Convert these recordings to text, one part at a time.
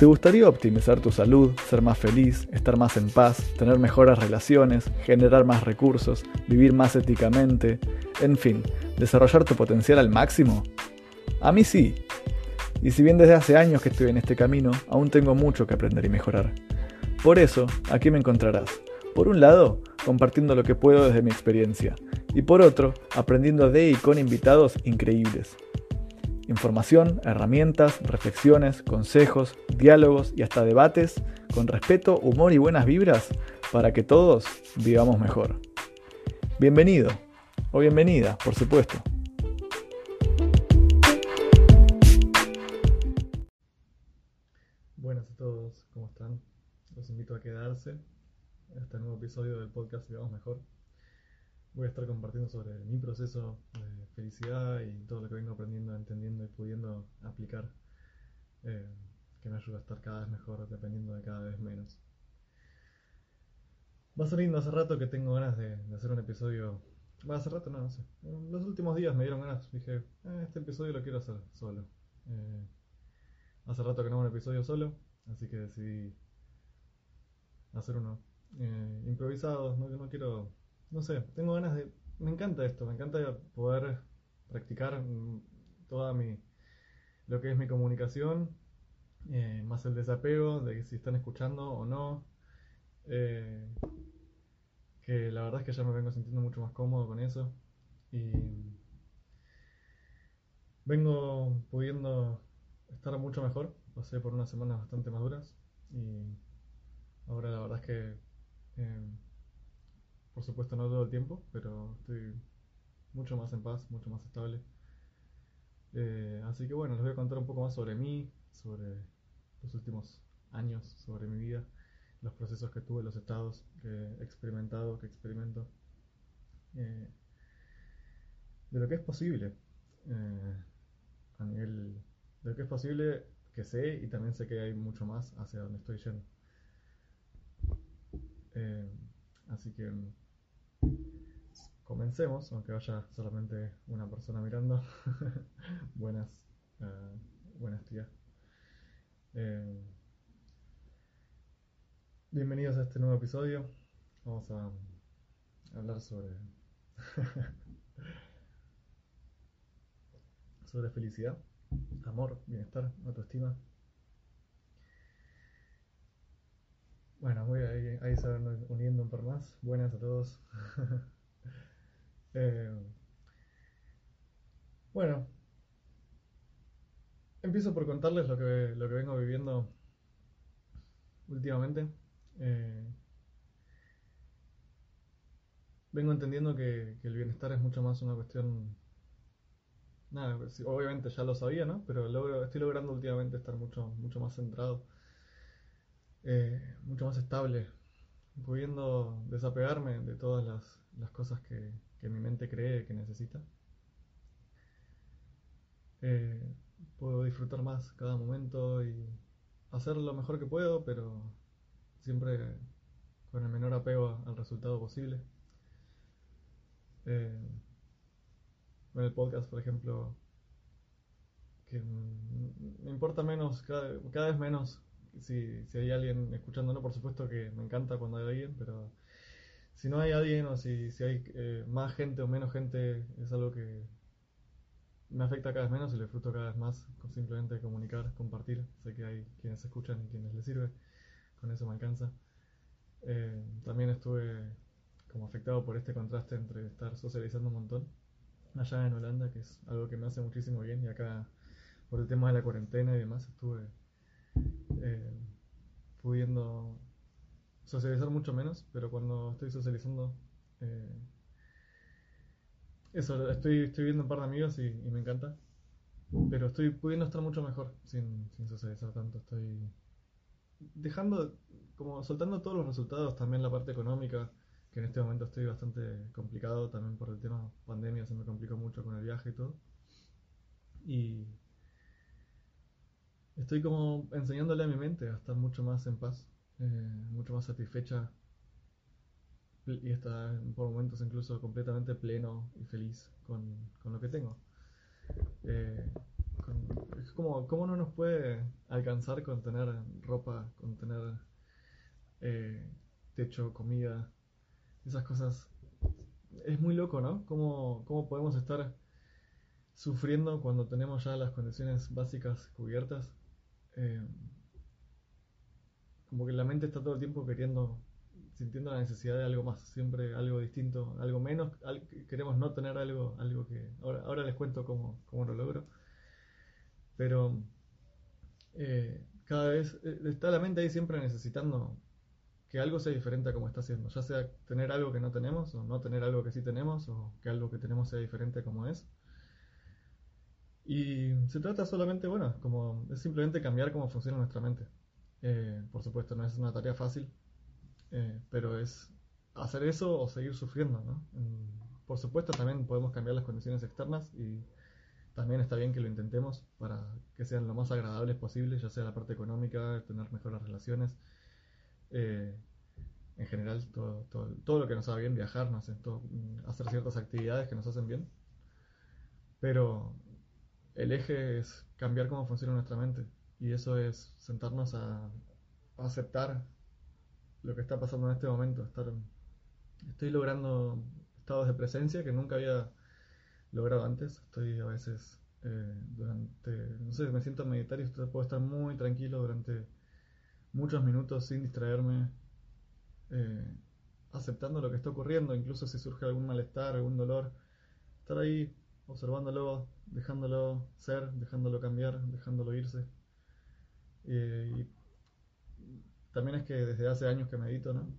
¿Te gustaría optimizar tu salud, ser más feliz, estar más en paz, tener mejores relaciones, generar más recursos, vivir más éticamente, en fin, desarrollar tu potencial al máximo? A mí sí. Y si bien desde hace años que estoy en este camino, aún tengo mucho que aprender y mejorar. Por eso, aquí me encontrarás. Por un lado, compartiendo lo que puedo desde mi experiencia, y por otro, aprendiendo de y con invitados increíbles. Información, herramientas, reflexiones, consejos, diálogos y hasta debates con respeto, humor y buenas vibras para que todos vivamos mejor. Bienvenido o bienvenida, por supuesto. Buenas a todos, ¿cómo están? Los invito a quedarse en este nuevo episodio del podcast Vivamos Mejor. Voy a estar compartiendo sobre mi proceso de felicidad y todo lo que vengo aprendiendo, entendiendo y pudiendo aplicar, que me ayuda a estar cada vez mejor dependiendo de cada vez menos. Va saliendo hace rato que tengo ganas de hacer un episodio. Hace rato no sé. En los últimos días me dieron ganas. Dije, este episodio lo quiero hacer solo. Hace rato que no hago un episodio solo, así que decidí hacer uno improvisado. No quiero. No sé, tengo ganas de. Me encanta esto, me encanta poder practicar toda lo que es mi comunicación, más el desapego de que si están escuchando o no. Eh, que la verdad es que ya me vengo sintiendo mucho más cómodo con eso y vengo pudiendo estar mucho mejor. Pasé por unas semanas bastante más duras y ahora la verdad es que, eh, por supuesto no todo el tiempo, pero estoy mucho más en paz, mucho más estable. Así que bueno, les voy a contar un poco más sobre mí, sobre los últimos años, sobre mi vida, los procesos que tuve, los estados que he experimentado, que experimento, eh, de lo que es posible. A nivel de lo que es posible que sé y también sé que hay mucho más hacia donde estoy yendo. Eh, Así que comencemos, aunque vaya solamente una persona mirando. buenas, uh, buenas tías. Eh, Bienvenidos a este nuevo episodio. Vamos a hablar sobre felicidad, amor, bienestar, autoestima. Bueno, ahí se van uniendo un par más. Buenas a todos. eh, bueno, empiezo por contarles lo que vengo viviendo últimamente. Eh, Vengo entendiendo que el bienestar es mucho más una cuestión. Nada, pues, sí, obviamente ya lo sabía, ¿no? Pero estoy logrando últimamente estar mucho más centrado, mucho más estable, pudiendo desapegarme de todas las cosas que mi mente cree que necesita. Eh, Puedo disfrutar más cada momento y hacer lo mejor que puedo, pero siempre con el menor apego al resultado posible. Eh, en el podcast, por ejemplo, que me importa menos, cada vez menos si hay alguien escuchando, no, por supuesto que me encanta cuando hay alguien, pero si no hay alguien o si hay más gente o menos gente, es algo que me afecta cada vez menos y lo disfruto cada vez más con simplemente comunicar, compartir. Sé que hay quienes escuchan y quienes les sirve, con eso me alcanza. También estuve como afectado por este contraste entre estar socializando un montón allá en Holanda, que es algo que me hace muchísimo bien, y acá por el tema de la cuarentena y demás estuve eh, pudiendo socializar mucho menos, pero cuando estoy socializando, eh, eso, estoy viendo un par de amigos y me encanta, pero estoy pudiendo estar mucho mejor sin socializar tanto, estoy dejando, como soltando todos los resultados, también la parte económica, que en este momento estoy bastante complicado, también por el tema pandemia se me complicó mucho con el viaje y todo, y estoy como enseñándole a mi mente a estar mucho más en paz, mucho más satisfecha y está por momentos incluso completamente pleno y feliz con lo que tengo. Eh, es ¿cómo no nos puede alcanzar con tener ropa, con tener eh, techo, comida, esas cosas? Es muy loco, ¿no? ¿Cómo podemos estar sufriendo cuando tenemos ya las condiciones básicas cubiertas? Eh, Como que la mente está todo el tiempo sintiendo la necesidad de algo más, siempre algo distinto, algo menos, queremos no tener algo que... Ahora les cuento cómo lo logro, pero cada vez está la mente ahí siempre necesitando que algo sea diferente a como está haciendo, ya sea tener algo que no tenemos, o no tener algo que sí tenemos, o que algo que tenemos sea diferente a como es. Y se trata solamente, bueno, como es simplemente cambiar cómo funciona nuestra mente. Por supuesto, no es una tarea fácil, pero es hacer eso o seguir sufriendo, ¿no? Por supuesto, también podemos cambiar las condiciones externas y también está bien que lo intentemos para que sean lo más agradables posible, ya sea la parte económica, tener mejores relaciones, eh, en general todo lo que nos haga bien, viajar, no sé, hacer ciertas actividades que nos hacen bien, pero el eje es cambiar cómo funciona nuestra mente y eso es sentarnos a aceptar lo que está pasando en este momento, estoy logrando estados de presencia que nunca había logrado antes. Estoy a veces no sé, me siento a meditar y puedo estar muy tranquilo durante muchos minutos sin distraerme, eh, aceptando lo que está ocurriendo, incluso si surge algún malestar, algún dolor, estar ahí observándolo, dejándolo ser, dejándolo cambiar, dejándolo irse. Y también es que desde hace años que medito, ¿no?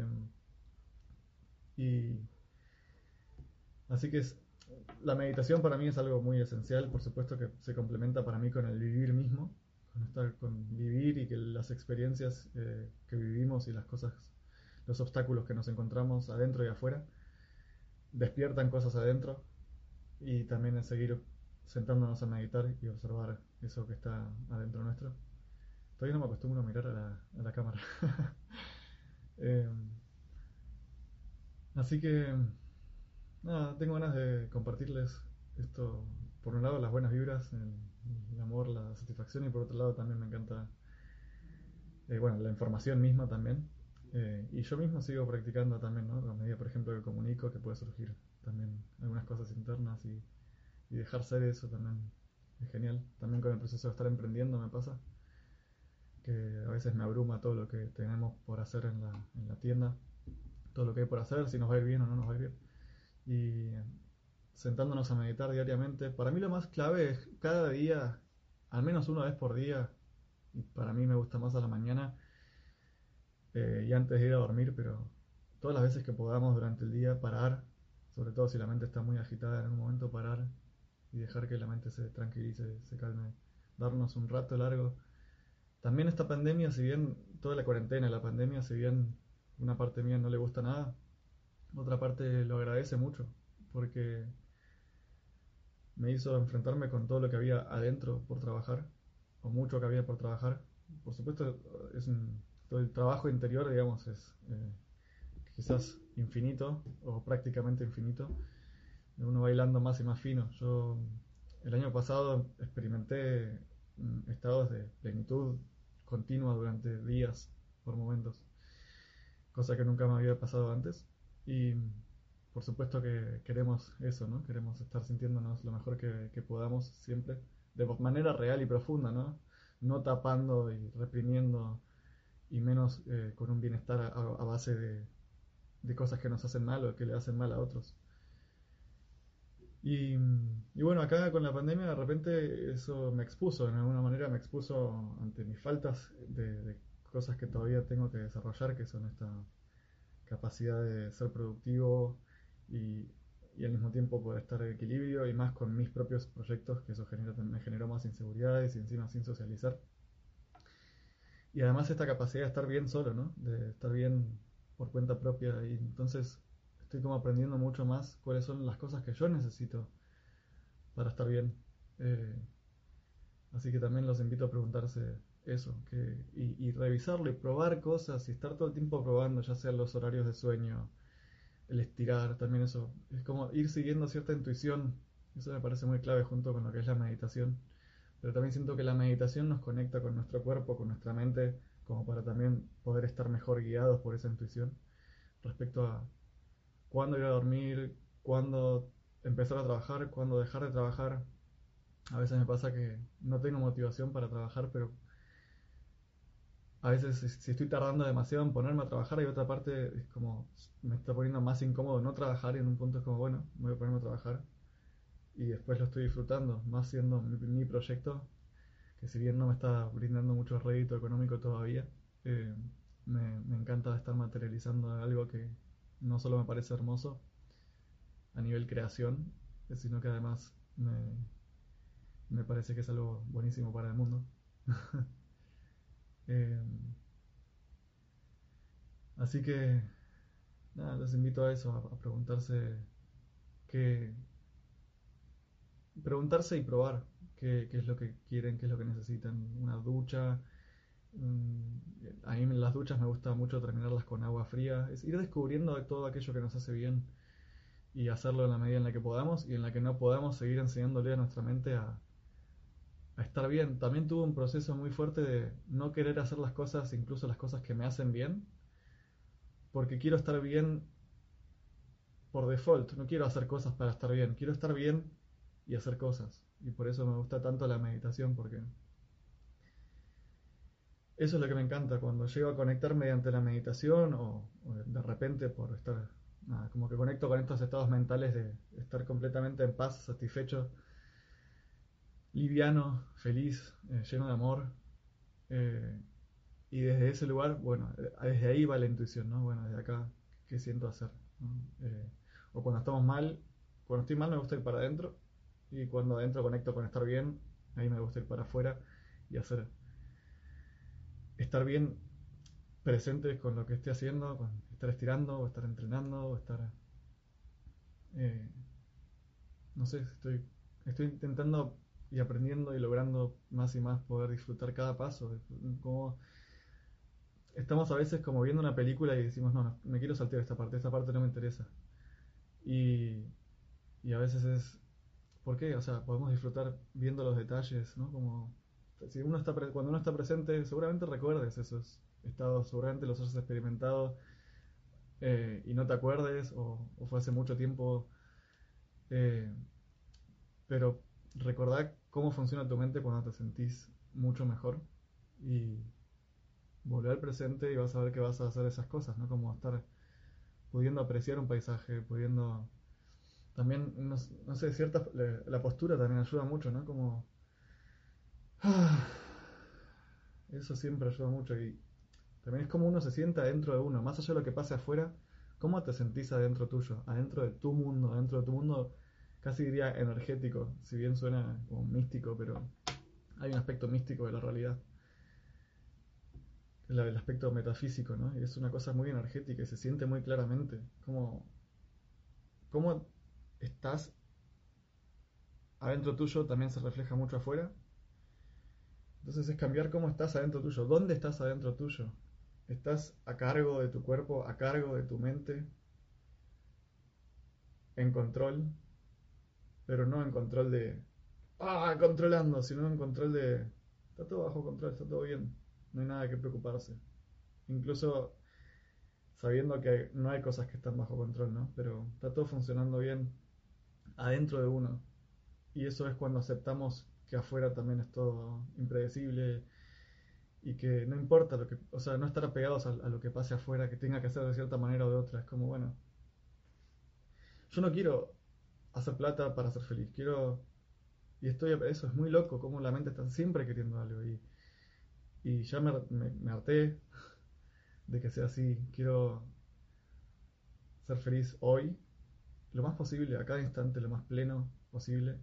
Y así que la meditación para mí es algo muy esencial, por supuesto que se complementa para mí con el vivir mismo, con vivir y que las experiencias que vivimos y las cosas, los obstáculos que nos encontramos adentro y afuera, despiertan cosas adentro y también es seguir sentándonos a meditar y observar eso que está adentro nuestro. Todavía no me acostumbro a mirar a la cámara. Eh, Así que nada, tengo ganas de compartirles esto. Por un lado, las buenas vibras, el amor, la satisfacción, y por otro lado, también me encanta, bueno, la información misma también. Y yo mismo sigo practicando también, ¿no? A medida, por ejemplo, que comunico, que puede surgir también algunas cosas internas y dejar ser eso también es genial. También con el proceso de estar emprendiendo me pasa que a veces me abruma todo lo que tenemos por hacer en la tienda, todo lo que hay por hacer, si nos va a ir bien o no nos va a ir bien. Y sentándonos a meditar diariamente. Para mí lo más clave es cada día, al menos una vez por día, y para mí me gusta más a la mañana y antes de ir a dormir, pero todas las veces que podamos durante el día parar, sobre todo si la mente está muy agitada en un momento, parar y dejar que la mente se tranquilice, se calme, darnos un rato largo. También esta pandemia, si bien toda la cuarentena, la pandemia, si bien una parte mía no le gusta nada, otra parte lo agradece mucho, porque me hizo enfrentarme con todo lo que había adentro por trabajar, o mucho que había por trabajar. Por supuesto, todo el trabajo interior, digamos, es quizás infinito o prácticamente infinito. Uno va hilando más y más fino. Yo el año pasado experimenté estados de plenitud continua durante días, por momentos, cosa que nunca me había pasado antes. Y por supuesto que queremos eso, ¿no? Queremos estar sintiéndonos lo mejor que podamos siempre, de manera real y profunda, ¿no? No tapando y reprimiendo, y menos con un bienestar a base de cosas que nos hacen mal o que le hacen mal a otros. Y bueno, acá con la pandemia de repente eso me expuso, en alguna manera me expuso ante mis faltas de cosas que todavía tengo que desarrollar, que son esta capacidad de ser productivo y, y al mismo tiempo poder estar en equilibrio y más con mis propios proyectos, que eso me generó más inseguridades y encima sin socializar. Y además esta capacidad de estar bien solo, ¿no? De estar bien por cuenta propia y entonces estoy como aprendiendo mucho más cuáles son las cosas que yo necesito para estar bien. Eh, Así que también los invito a preguntarse eso, y revisarlo y probar cosas y estar todo el tiempo probando, ya sean los horarios de sueño, el estirar, también eso. Es como ir siguiendo cierta intuición. Eso me parece muy clave junto con lo que es la meditación. Pero también siento que la meditación nos conecta con nuestro cuerpo, con nuestra mente, como para también poder estar mejor guiados por esa intuición respecto a cuándo ir a dormir, cuándo empezar a trabajar, cuándo dejar de trabajar. A veces me pasa que no tengo motivación para trabajar, pero a veces si estoy tardando demasiado en ponerme a trabajar, hay otra parte, es como me está poniendo más incómodo no trabajar y en un punto es como, bueno, me voy a ponerme a trabajar y después lo estoy disfrutando, más siendo mi proyecto, que si bien no me está brindando mucho rédito económico todavía, eh, me encanta estar materializando algo que no solo me parece hermoso a nivel creación, sino que además me parece que es algo buenísimo para el mundo. Eh, Así que nada, los invito a eso, a preguntarse qué, preguntarse y probar qué es lo que quieren, qué es lo que necesitan. Una ducha. A mí en las duchas me gusta mucho terminarlas con agua fría. Es ir descubriendo todo aquello que nos hace bien y hacerlo en la medida en la que podamos y en la que no podamos seguir enseñándole a nuestra mente a estar bien. También tuve un proceso muy fuerte de no querer hacer las cosas, incluso las cosas que me hacen bien, porque quiero estar bien por default. No quiero hacer cosas para estar bien. Quiero estar bien y hacer cosas. Y por eso me gusta tanto la meditación, porque eso es lo que me encanta cuando llego a conectar mediante la meditación o de repente por estar, nada, como que conecto con estos estados mentales de estar completamente en paz, satisfecho, liviano, feliz, lleno de amor. eh, y desde ese lugar, bueno, desde ahí va la intuición, ¿no? Bueno, desde acá, ¿qué siento hacer? ¿No? O cuando estamos mal, cuando estoy mal me gusta ir para adentro y cuando adentro conecto con estar bien, ahí me gusta ir para afuera y hacer, estar bien presentes con lo que esté haciendo, con estar estirando, o estar entrenando, o estar, eh, no sé, estoy intentando y aprendiendo y logrando más y más poder disfrutar cada paso. Como estamos a veces como viendo una película y decimos, no, no, me quiero saltear esta parte no me interesa. Y, y a veces es, ¿por qué? O sea, podemos disfrutar viendo los detalles, ¿no? Como, si uno está cuando uno está presente, seguramente recuerdes esos estados, seguramente los has experimentado y no te acuerdes o fue hace mucho tiempo, eh, pero recordá cómo funciona tu mente cuando te sentís mucho mejor y volver al presente y vas a ver que vas a hacer esas cosas, ¿no? Como estar pudiendo apreciar un paisaje, pudiendo también, no, no sé, la postura también ayuda mucho, ¿no? Como, eso siempre ayuda mucho y también es como uno se sienta adentro de uno, más allá de lo que pase afuera, ¿cómo te sentís adentro tuyo? Adentro de tu mundo, casi diría energético, si bien suena como místico, pero hay un aspecto místico de la realidad, el aspecto metafísico, ¿no? Y es una cosa muy energética y se siente muy claramente, cómo estás adentro tuyo también se refleja mucho afuera. Entonces es cambiar cómo estás adentro tuyo, dónde estás adentro tuyo. ¿Estás a cargo de tu cuerpo, a cargo de tu mente, en control, pero no en control de, controlando, sino en control de, está todo bajo control, está todo bien, no hay nada que preocuparse? Incluso sabiendo que no hay cosas que están bajo control, ¿no? Pero está todo funcionando bien adentro de uno. Y eso es cuando aceptamos que afuera también es todo impredecible y que no importa lo que, o sea, no estar apegados a lo que pase afuera, que tenga que hacer de cierta manera o de otra. Es como, bueno, yo no quiero hacer plata para ser feliz, quiero, y eso es muy loco, como la mente está siempre queriendo algo y ya me harté de que sea así, quiero ser feliz hoy, lo más posible, a cada instante, lo más pleno posible.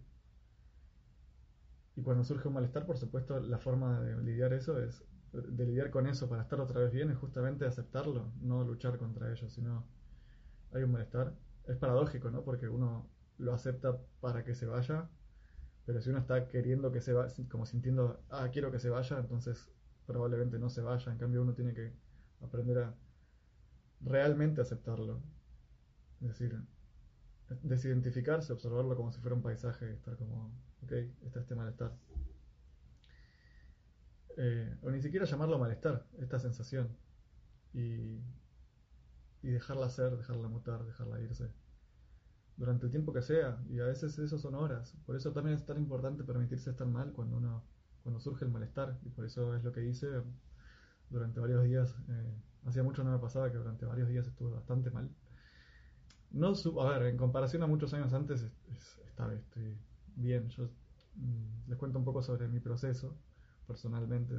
Y cuando surge un malestar, por supuesto, la forma de lidiar eso es, de lidiar con eso para estar otra vez bien, es justamente aceptarlo, no luchar contra ello, sino hay un malestar. Es paradójico, ¿no? Porque uno lo acepta para que se vaya, pero si uno está queriendo que se vaya, como sintiendo, quiero que se vaya, entonces probablemente no se vaya. En cambio, uno tiene que aprender a realmente aceptarlo. Es decir, desidentificarse, observarlo como si fuera un paisaje y estar como, ok, está este malestar. o ni siquiera llamarlo malestar, esta sensación, y, y dejarla ser, dejarla mutar, dejarla irse, durante el tiempo que sea, y a veces eso son horas. Por eso también es tan importante permitirse estar mal cuando surge el malestar, y por eso es lo que hice durante varios días. Hacía mucho no me pasaba que durante varios días estuve bastante mal. No, a ver, en comparación a muchos años antes, esta vez estoy bien. Yo les cuento un poco sobre mi proceso, personalmente.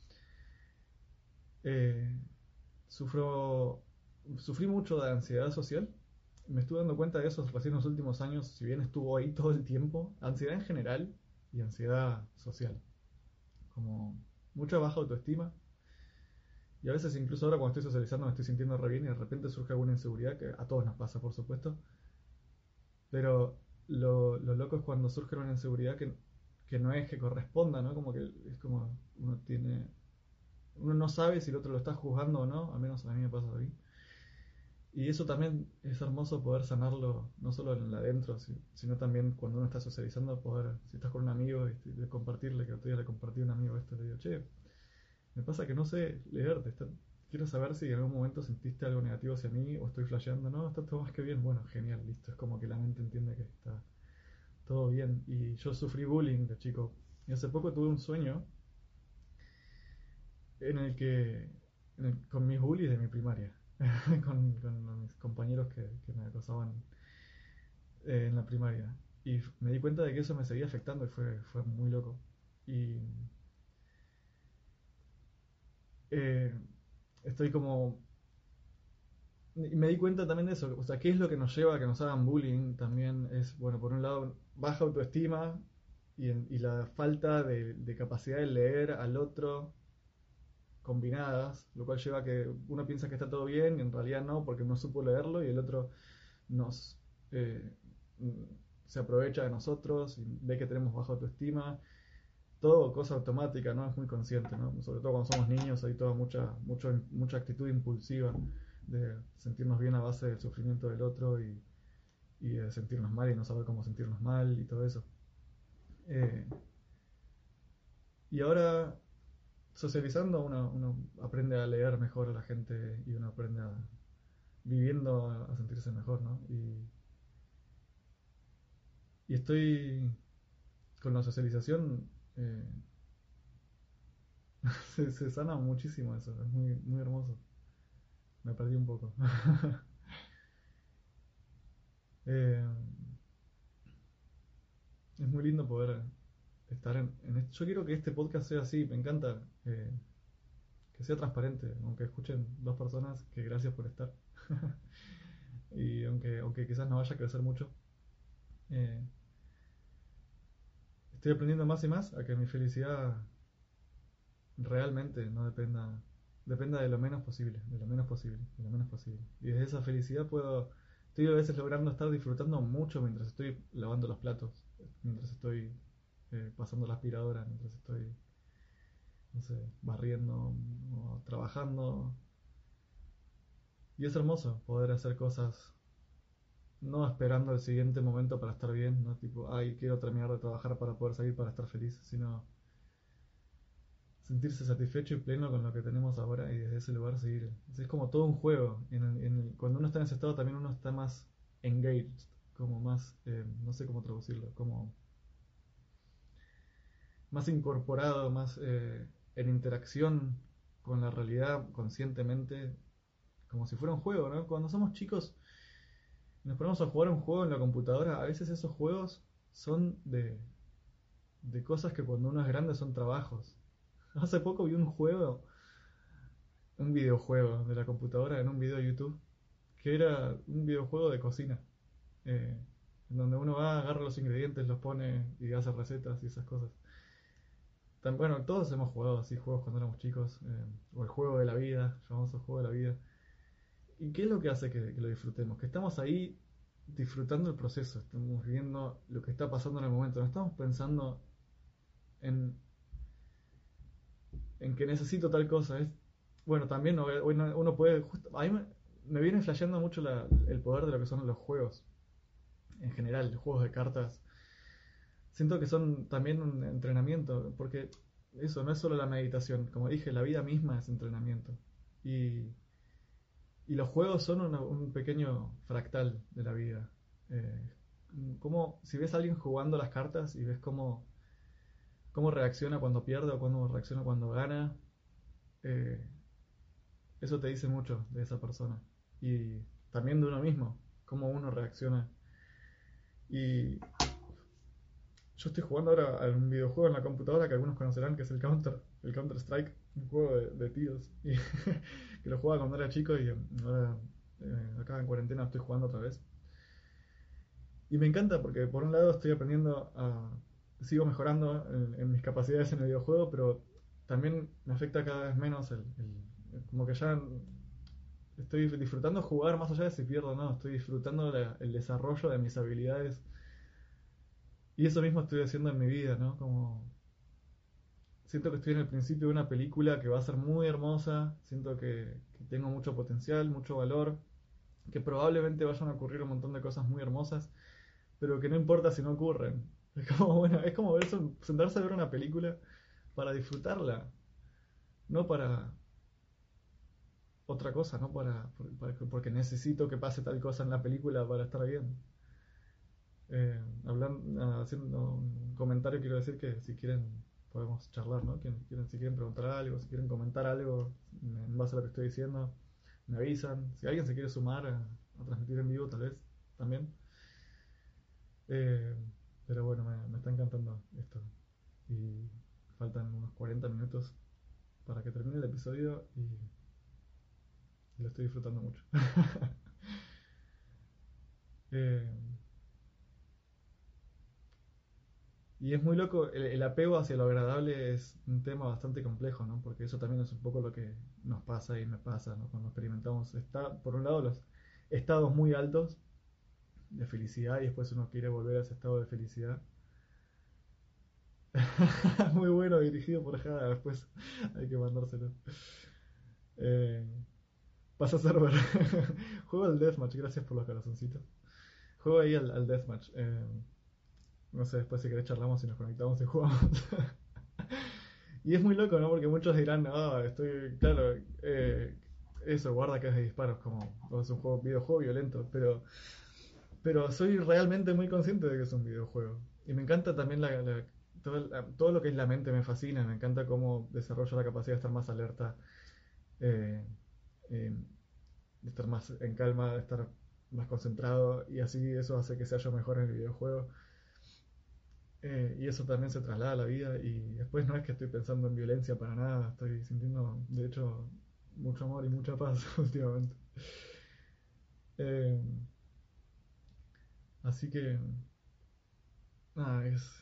Eh, sufro, Sufrí mucho de ansiedad social. Me estuve dando cuenta de eso recién en los últimos años, si bien estuvo ahí todo el tiempo. Ansiedad en general y ansiedad social. Como mucha baja autoestima. Y a veces incluso ahora cuando estoy socializando me estoy sintiendo re bien y de repente surge alguna inseguridad, que a todos nos pasa por supuesto. Pero lo loco es cuando surge una inseguridad que no es que corresponda, ¿no? Como que es como uno no sabe si el otro lo está juzgando o no, al menos a mí me pasa así. Y eso también es hermoso poder sanarlo, no solo en el adentro, sino también cuando uno está socializando, poder, si estás con un amigo, y de compartirle, que otro día le compartí a un amigo esto, le digo, che, me pasa que no sé leerte, quiero saber si en algún momento sentiste algo negativo hacia mí o estoy flasheando, no, está todo más que bien, bueno, genial, listo, es como que la mente entiende que está todo bien. Y yo sufrí bullying de chico, y hace poco tuve un sueño en el que, con mis bullies de mi primaria, con mis compañeros que me acosaban en la primaria. Y me di cuenta de que eso me seguía afectando y fue muy loco. Y eh, estoy como... Y me di cuenta también de eso, o sea, ¿qué es lo que nos lleva a que nos hagan bullying? También es, bueno, por un lado, baja autoestima y la falta de capacidad de leer al otro combinadas, lo cual lleva a que uno piensa que está todo bien y en realidad no, porque no supo leerlo y el otro nos eh, se aprovecha de nosotros y ve que tenemos baja autoestima. Todo cosa automática, no es muy consciente, ¿no? Sobre todo cuando somos niños hay toda mucha actitud impulsiva de sentirnos bien a base del sufrimiento del otro y de sentirnos mal y no saber cómo sentirnos mal y todo eso. Eh, y ahora socializando uno aprende a leer mejor a la gente y uno aprende viviendo a sentirse mejor, ¿no? Y estoy con la socialización, eh, se sana muchísimo eso, es muy hermoso. Me perdí un poco. Eh, es muy lindo poder estar Yo quiero que este podcast sea así, me encanta que sea transparente, aunque escuchen dos personas, que gracias por estar. Y aunque quizás no vaya a crecer mucho, eh, estoy aprendiendo más y más a que mi felicidad realmente no dependa de lo menos posible, de lo menos posible, de lo menos posible. Y desde esa felicidad estoy a veces logrando estar disfrutando mucho mientras estoy lavando los platos, mientras estoy pasando la aspiradora, mientras estoy, no sé, barriendo o trabajando. Y es hermoso poder hacer cosas no esperando el siguiente momento para estar bien, no tipo, ay, quiero terminar de trabajar para poder salir para estar feliz, sino sentirse satisfecho y pleno con lo que tenemos ahora y desde ese lugar seguir. Es como todo un juego. Cuando uno está en ese estado también uno está más engaged, como más, no sé cómo traducirlo, como más incorporado, más en interacción con la realidad conscientemente, como si fuera un juego, ¿no? Cuando somos chicos nos ponemos a jugar un juego en la computadora, a veces esos juegos son de cosas que cuando uno es grande son trabajos. Hace poco vi un videojuego de la computadora en un video de YouTube, que era un videojuego de cocina, eh, en donde uno va, agarra los ingredientes, los pone y hace recetas y esas cosas. Bueno, todos hemos jugado así juegos cuando éramos chicos, o el juego de la vida, el famoso juego de la vida. ¿Y qué es lo que hace que lo disfrutemos? Que estamos ahí disfrutando el proceso, estamos viendo lo que está pasando en el momento, no estamos pensando en, en que necesito tal cosa. Bueno, también uno puede, a mí me viene flasheando mucho el poder de lo que son los juegos, en general, los juegos de cartas. Siento que son también un entrenamiento, porque eso no es solo la meditación, como dije, la vida misma es entrenamiento. Y, y los juegos son un pequeño fractal de la vida. Eh, como si ves a alguien jugando las cartas y ves cómo reacciona cuando pierde o cómo reacciona cuando gana, eh, eso te dice mucho de esa persona. Y también de uno mismo, cómo uno reacciona. Y yo estoy jugando ahora a un videojuego en la computadora que algunos conocerán, que es el Counter Strike, un juego de tiros. Y que lo jugaba cuando era chico y ahora acá en cuarentena estoy jugando otra vez. Y me encanta porque por un lado estoy aprendiendo sigo mejorando en mis capacidades en el videojuego, pero también me afecta cada vez menos como que ya estoy disfrutando jugar más allá de si pierdo o no, estoy disfrutando el desarrollo de mis habilidades. Y eso mismo estoy haciendo en mi vida, ¿no? Como siento que estoy en el principio de una película que va a ser muy hermosa, siento que tengo mucho potencial, mucho valor, que probablemente vayan a ocurrir un montón de cosas muy hermosas, pero que no importa si no ocurren. Es como, bueno, es como sentarse a ver una película para disfrutarla, no para otra cosa, no porque necesito que pase tal cosa en la película para estar bien. Haciendo un comentario, quiero decir que si quieren podemos charlar, ¿no? Si quieren preguntar algo, si quieren comentar algo en base a lo que estoy diciendo, me avisan. Si alguien se quiere sumar a transmitir en vivo, tal vez también. Eh, pero bueno, me está encantando esto. Y faltan unos 40 minutos para que termine el episodio y lo estoy disfrutando mucho. Eh, Y es muy loco, el apego hacia lo agradable es un tema bastante complejo, ¿no? Porque eso también es un poco lo que nos pasa y me pasa, ¿no? Cuando experimentamos, por un lado, los estados muy altos de felicidad y después uno quiere volver a ese estado de felicidad. Muy bueno, dirigido por Jada, después hay que mandárselo. Eh, Pasa a server. Juego al Deathmatch, gracias por los corazoncitos. Juego ahí al Deathmatch. No sé, después si querés charlamos y nos conectamos y jugamos. Y es muy loco, ¿no? Porque muchos dirán, claro, eso, guarda que es de disparos, como es un videojuego violento, pero soy realmente muy consciente de que es un videojuego. Y me encanta también todo lo que es la mente, me fascina, me encanta cómo desarrolla la capacidad de estar más alerta, eh, eh, de estar más en calma, de estar más concentrado, y así eso hace que sea yo mejor en el videojuego. Y eso también se traslada a la vida y después no es que estoy pensando en violencia para nada, estoy sintiendo de hecho mucho amor y mucha paz últimamente. Eh, Así que nada,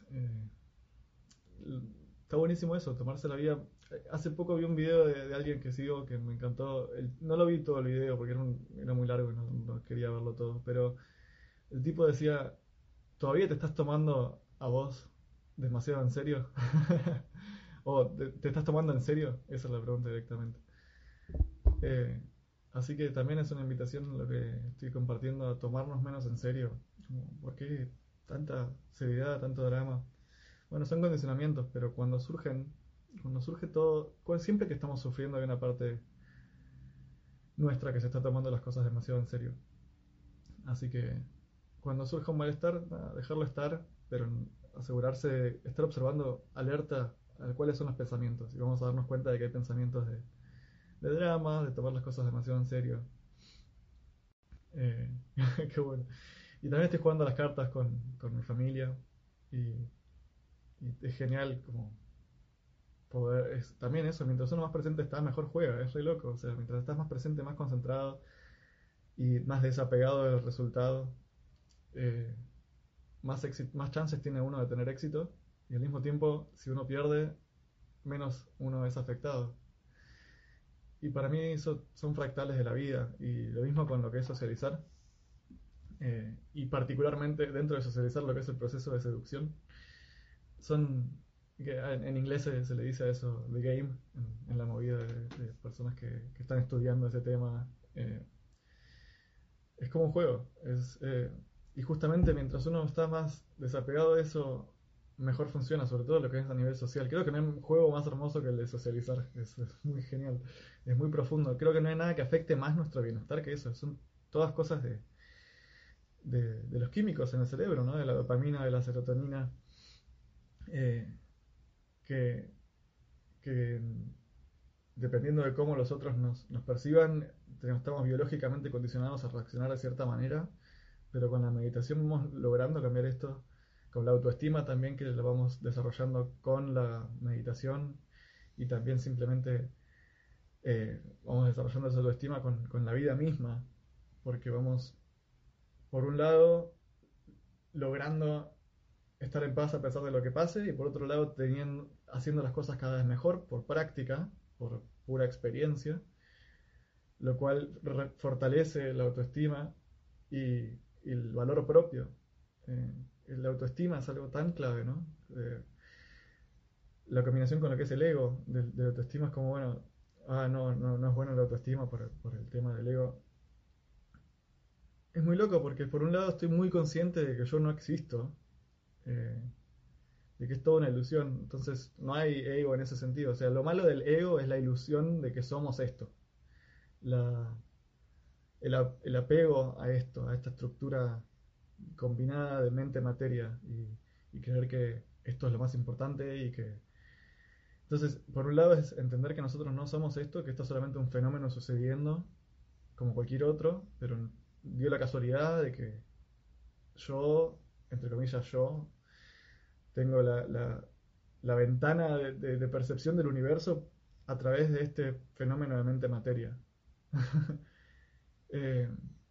está buenísimo eso, tomarse la vida. Hace poco vi un video de alguien que sigo que me encantó. No lo vi todo el video porque era muy largo y no quería verlo todo, pero el tipo decía, ¿todavía te estás tomando a vos demasiado en serio? ¿O te estás tomando en serio? Esa es la pregunta directamente. Eh, Así que también es una invitación lo que estoy compartiendo a tomarnos menos en serio. ¿Por qué tanta seriedad, tanto drama? Bueno, son condicionamientos, pero cuando surge todo, siempre que estamos sufriendo hay una parte nuestra que se está tomando las cosas demasiado en serio. Así que cuando surja un malestar, nada, dejarlo estar, pero asegurarse de estar observando alerta a cuáles son los pensamientos. Y vamos a darnos cuenta de que hay pensamientos de drama, de tomar las cosas demasiado en serio. Eh, Qué bueno. Y también estoy jugando a las cartas con mi familia. Y, y es genial como también eso, mientras uno más presente está, mejor juega. Es re loco. O sea, mientras estás más presente, más concentrado y más desapegado del resultado, eh, más chances tiene uno de tener éxito. Y al mismo tiempo, si uno pierde, menos uno es afectado. Y para mí eso son fractales de la vida. Y lo mismo con lo que es socializar. Y particularmente dentro de socializar lo que es el proceso de seducción. Son, en inglés se le dice a eso, the game, en la movida de personas que están estudiando ese tema. Eh, es como un juego. Y justamente mientras uno está más desapegado de eso, mejor funciona, sobre todo lo que es a nivel social. Creo que no hay un juego más hermoso que el de socializar, es muy genial, es muy profundo. Creo que no hay nada que afecte más nuestro bienestar que eso, son todas cosas de los químicos en el cerebro, ¿no? De la dopamina, de la serotonina, eh, que, que dependiendo de cómo los otros nos perciban, estamos biológicamente condicionados a reaccionar de cierta manera, pero con la meditación vamos logrando cambiar esto, con la autoestima también que lo vamos desarrollando con la meditación y también simplemente vamos desarrollando esa autoestima con la vida misma, porque vamos, por un lado, logrando estar en paz a pesar de lo que pase y por otro lado haciendo las cosas cada vez mejor por práctica, por pura experiencia, lo cual fortalece la autoestima y el valor propio. Eh, la autoestima es algo tan clave, ¿no? La combinación con lo que es el ego de la autoestima es como, bueno, no es bueno la autoestima por el tema del ego. Es muy loco porque por un lado estoy muy consciente de que yo no existo, eh, de que es toda una ilusión, entonces no hay ego en ese sentido. O sea, lo malo del ego es la ilusión de que somos esto. La, el apego a esto, a esta estructura combinada de mente-materia y creer que esto es lo más importante y que... Entonces, por un lado es entender que nosotros no somos esto, que esto es solamente un fenómeno sucediendo como cualquier otro, pero dio la casualidad de que yo, entre comillas yo, tengo la ventana de percepción del universo a través de este fenómeno de mente-materia. eh,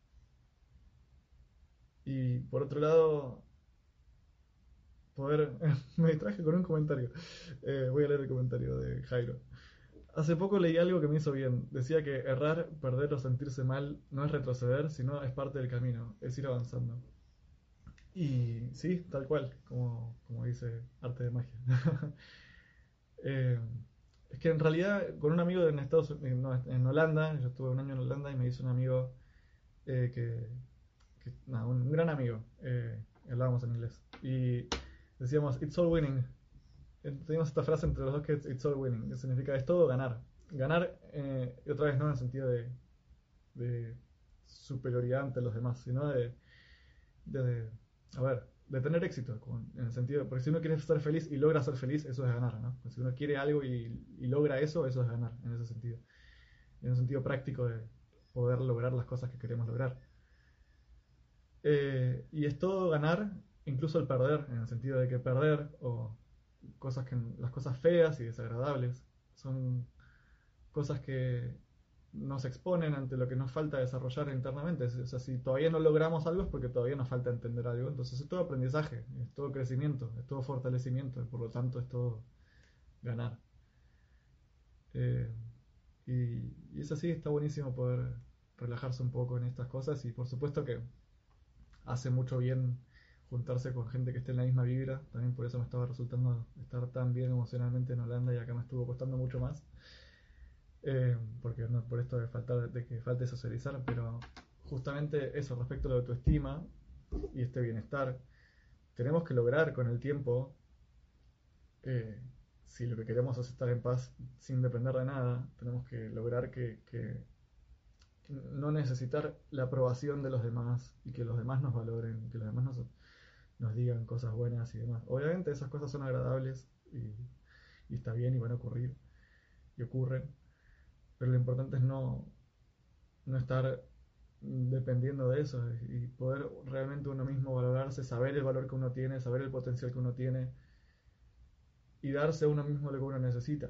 y por otro lado, poder... me distraje con un comentario. Voy a leer el comentario de Jairo. Hace poco leí algo que me hizo bien. Decía que errar, perder o sentirse mal no es retroceder, sino es parte del camino, es ir avanzando. Y sí, tal cual, como dice Arte de Magia. Eh, es que en realidad con un amigo en Estados Unidos, no, en Holanda, yo estuve un año en Holanda y me hizo un amigo nada, un gran amigo, hablábamos en inglés y decíamos it's all winning. Teníamos esta frase entre los dos que es it's all winning, que significa es todo ganar. Ganar, y otra vez no en el sentido de superioridad ante los demás, sino de, a ver, de tener éxito, en el sentido, porque si uno quiere ser feliz y logra ser feliz, eso es ganar, ¿no? Pues si uno quiere algo y logra eso, eso es ganar, en ese sentido. En un sentido práctico de poder lograr las cosas que queremos lograr. Y es todo ganar, incluso el perder, en el sentido de que perder o las cosas feas y desagradables son cosas que nos exponen ante lo que nos falta desarrollar internamente. O sea, si todavía no logramos algo es porque todavía nos falta entender algo. Entonces es todo aprendizaje, es todo crecimiento, es todo fortalecimiento, y por lo tanto es todo ganar. Eh, y es así, está buenísimo poder relajarse un poco en estas cosas y por supuesto que hace mucho bien juntarse con gente que esté en la misma vibra. También por eso me estaba resultando estar tan bien emocionalmente en Holanda y acá me estuvo costando mucho más. Porque no por esto de que falte socializar, pero justamente eso respecto a la autoestima y este bienestar, tenemos que lograr con el tiempo, eh, si lo que queremos es estar en paz sin depender de nada, tenemos que lograr que no necesitar la aprobación de los demás y que los demás nos valoren, que los demás nos digan cosas buenas y demás. Obviamente esas cosas son agradables y está bien y van a ocurrir y ocurren, pero lo importante es no estar dependiendo de eso y poder realmente uno mismo valorarse, saber el valor que uno tiene, saber el potencial que uno tiene y darse a uno mismo lo que uno necesita.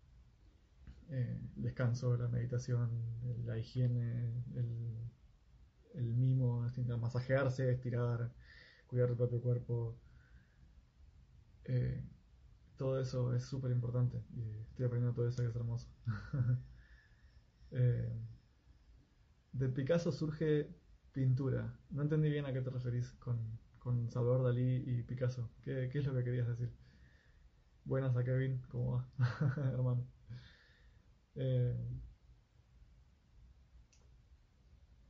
El descanso, la meditación, la higiene, el mimo, masajearse, estirar, cuidar tu propio cuerpo. eh, Todo eso es súper importante y estoy aprendiendo todo eso que es hermoso. eh, de Picasso surge pintura. No entendí bien a qué te referís con Salvador Dalí y Picasso. ¿Qué es lo que querías decir? Buenas a Kevin, ¿cómo va? Hermano. Eh,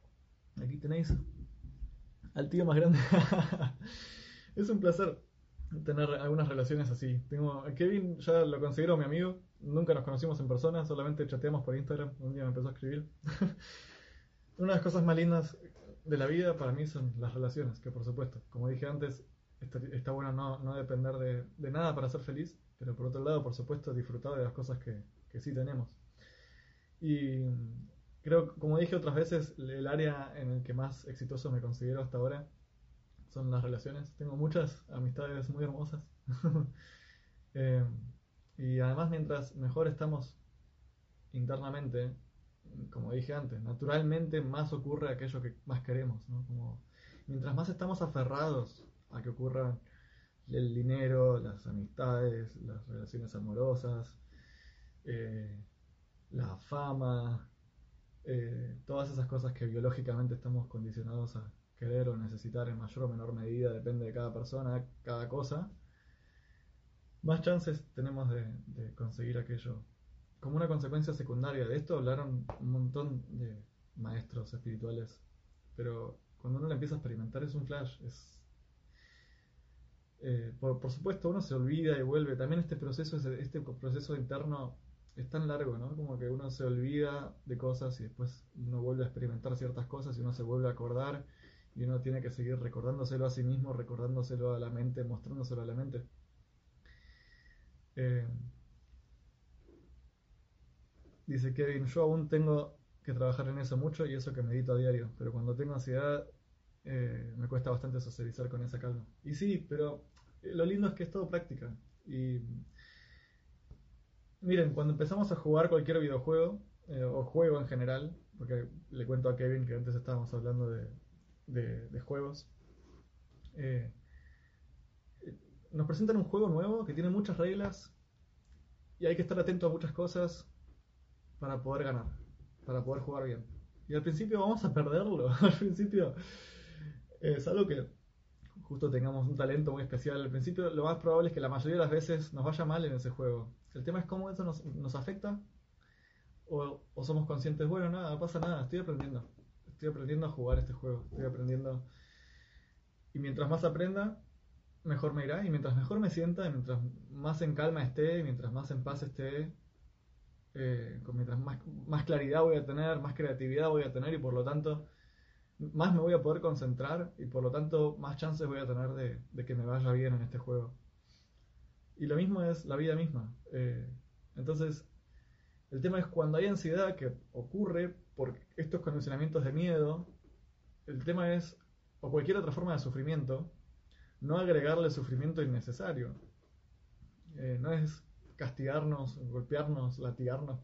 Aquí tenéis al tío más grande. Es un placer. tener algunas relaciones así. A Kevin ya lo considero mi amigo, nunca nos conocimos en persona, solamente chateamos por Instagram, un día me empezó a escribir. Una de las cosas más lindas de la vida para mí son las relaciones, que por supuesto, como dije antes, está bueno no depender de nada para ser feliz, pero por otro lado, por supuesto, disfrutar de las cosas que sí tenemos. Y creo, como dije otras veces, el área en el que más exitoso me considero hasta ahora son las relaciones. Tengo muchas amistades muy hermosas. Eh, y además, mientras mejor estamos internamente, como dije antes, naturalmente más ocurre aquello que más queremos, ¿no? Como, mientras más estamos aferrados a que ocurran el dinero, las amistades, las relaciones amorosas, eh, la fama, todas esas cosas que biológicamente estamos condicionados a querer o necesitar en mayor o menor medida, depende de cada persona, cada cosa, más chances tenemos de conseguir aquello. Como una consecuencia secundaria de esto hablaron un montón de maestros espirituales, pero cuando uno lo empieza a experimentar es un flash, por supuesto uno se olvida y vuelve, también este proceso interno es tan largo, ¿no? Como que uno se olvida de cosas y después uno vuelve a experimentar ciertas cosas y uno se vuelve a acordar y uno tiene que seguir recordándoselo a sí mismo, recordándoselo a la mente, mostrándoselo a la mente. Eh, Dice Kevin, yo aún tengo que trabajar en eso mucho y eso que medito a diario, pero cuando tengo ansiedad me cuesta bastante socializar con esa calma. Y sí, pero lo lindo es que es todo práctica. Y miren, cuando empezamos a jugar cualquier videojuego, o juego en general, porque le cuento a Kevin que antes estábamos hablando de juegos, eh, nos presentan un juego nuevo que tiene muchas reglas y hay que estar atento a muchas cosas para poder ganar, para poder jugar bien. Y al principio vamos a perderlo, al principio es algo que justo tengamos un talento muy especial. Al principio lo más probable es que la mayoría de las veces nos vaya mal en ese juego. El tema es cómo eso nos afecta o somos conscientes, bueno, nada, no pasa nada, estoy aprendiendo a jugar este juego, estoy aprendiendo y mientras más aprenda, mejor me irá y mientras mejor me sienta, y mientras más en calma esté, y mientras más en paz esté, mientras más claridad voy a tener, más creatividad voy a tener y por lo tanto más me voy a poder concentrar y por lo tanto más chances voy a tener de que me vaya bien en este juego. Y lo mismo es la vida misma. Entonces, el tema es cuando hay ansiedad que ocurre por estos condicionamientos de miedo, el tema es, o cualquier otra forma de sufrimiento, no agregarle sufrimiento innecesario. No es castigarnos, golpearnos, latigarnos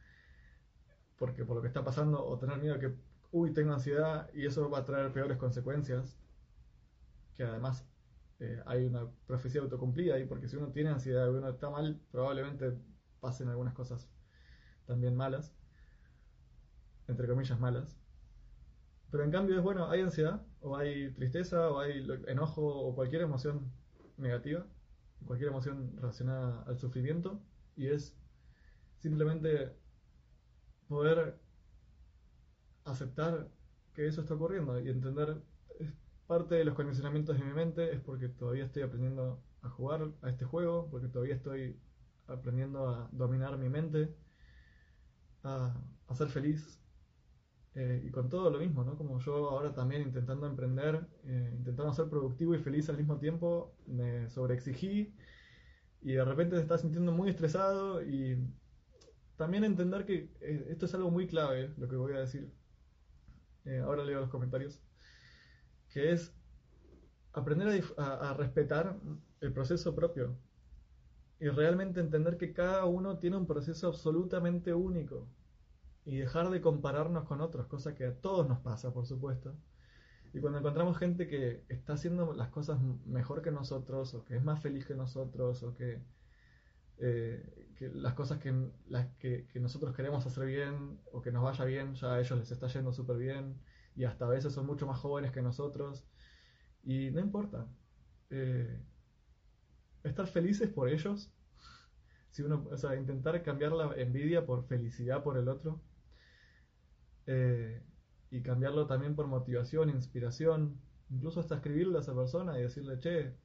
por lo que está pasando o tener miedo que, uy, tengo ansiedad y eso va a traer peores consecuencias, que además hay una profecía autocumplida ahí, porque si uno tiene ansiedad y uno está mal, probablemente pasen algunas cosas también malas, entre comillas malas. Pero en cambio es bueno, hay ansiedad, o hay tristeza, o hay enojo, o cualquier emoción negativa, cualquier emoción relacionada al sufrimiento, y es simplemente poder aceptar que eso está ocurriendo y entender es parte de los condicionamientos de mi mente, es porque todavía estoy aprendiendo a jugar a este juego, porque todavía estoy aprendiendo a dominar mi mente, a ser feliz. Y con todo lo mismo, ¿no? Como yo ahora también intentando emprender, intentando ser productivo y feliz al mismo tiempo, me sobreexigí y de repente se está sintiendo muy estresado y también entender que esto es algo muy clave, lo que voy a decir. Ahora leo los comentarios. Que es aprender a respetar el proceso propio y realmente entender que cada uno tiene un proceso absolutamente único y dejar de compararnos con otros, cosa que a todos nos pasa, por supuesto. Y cuando encontramos gente que está haciendo las cosas mejor que nosotros, o que es más feliz que nosotros, o que las cosas que nosotros queremos hacer bien, o que nos vaya bien, ya a ellos les está yendo súper bien, y hasta a veces son mucho más jóvenes que nosotros, y no importa. Eh, Estar felices por ellos, si uno, o sea, intentar cambiar la envidia por felicidad por el otro, eh, y cambiarlo también por motivación, inspiración, incluso hasta escribirle a esa persona y decirle, che,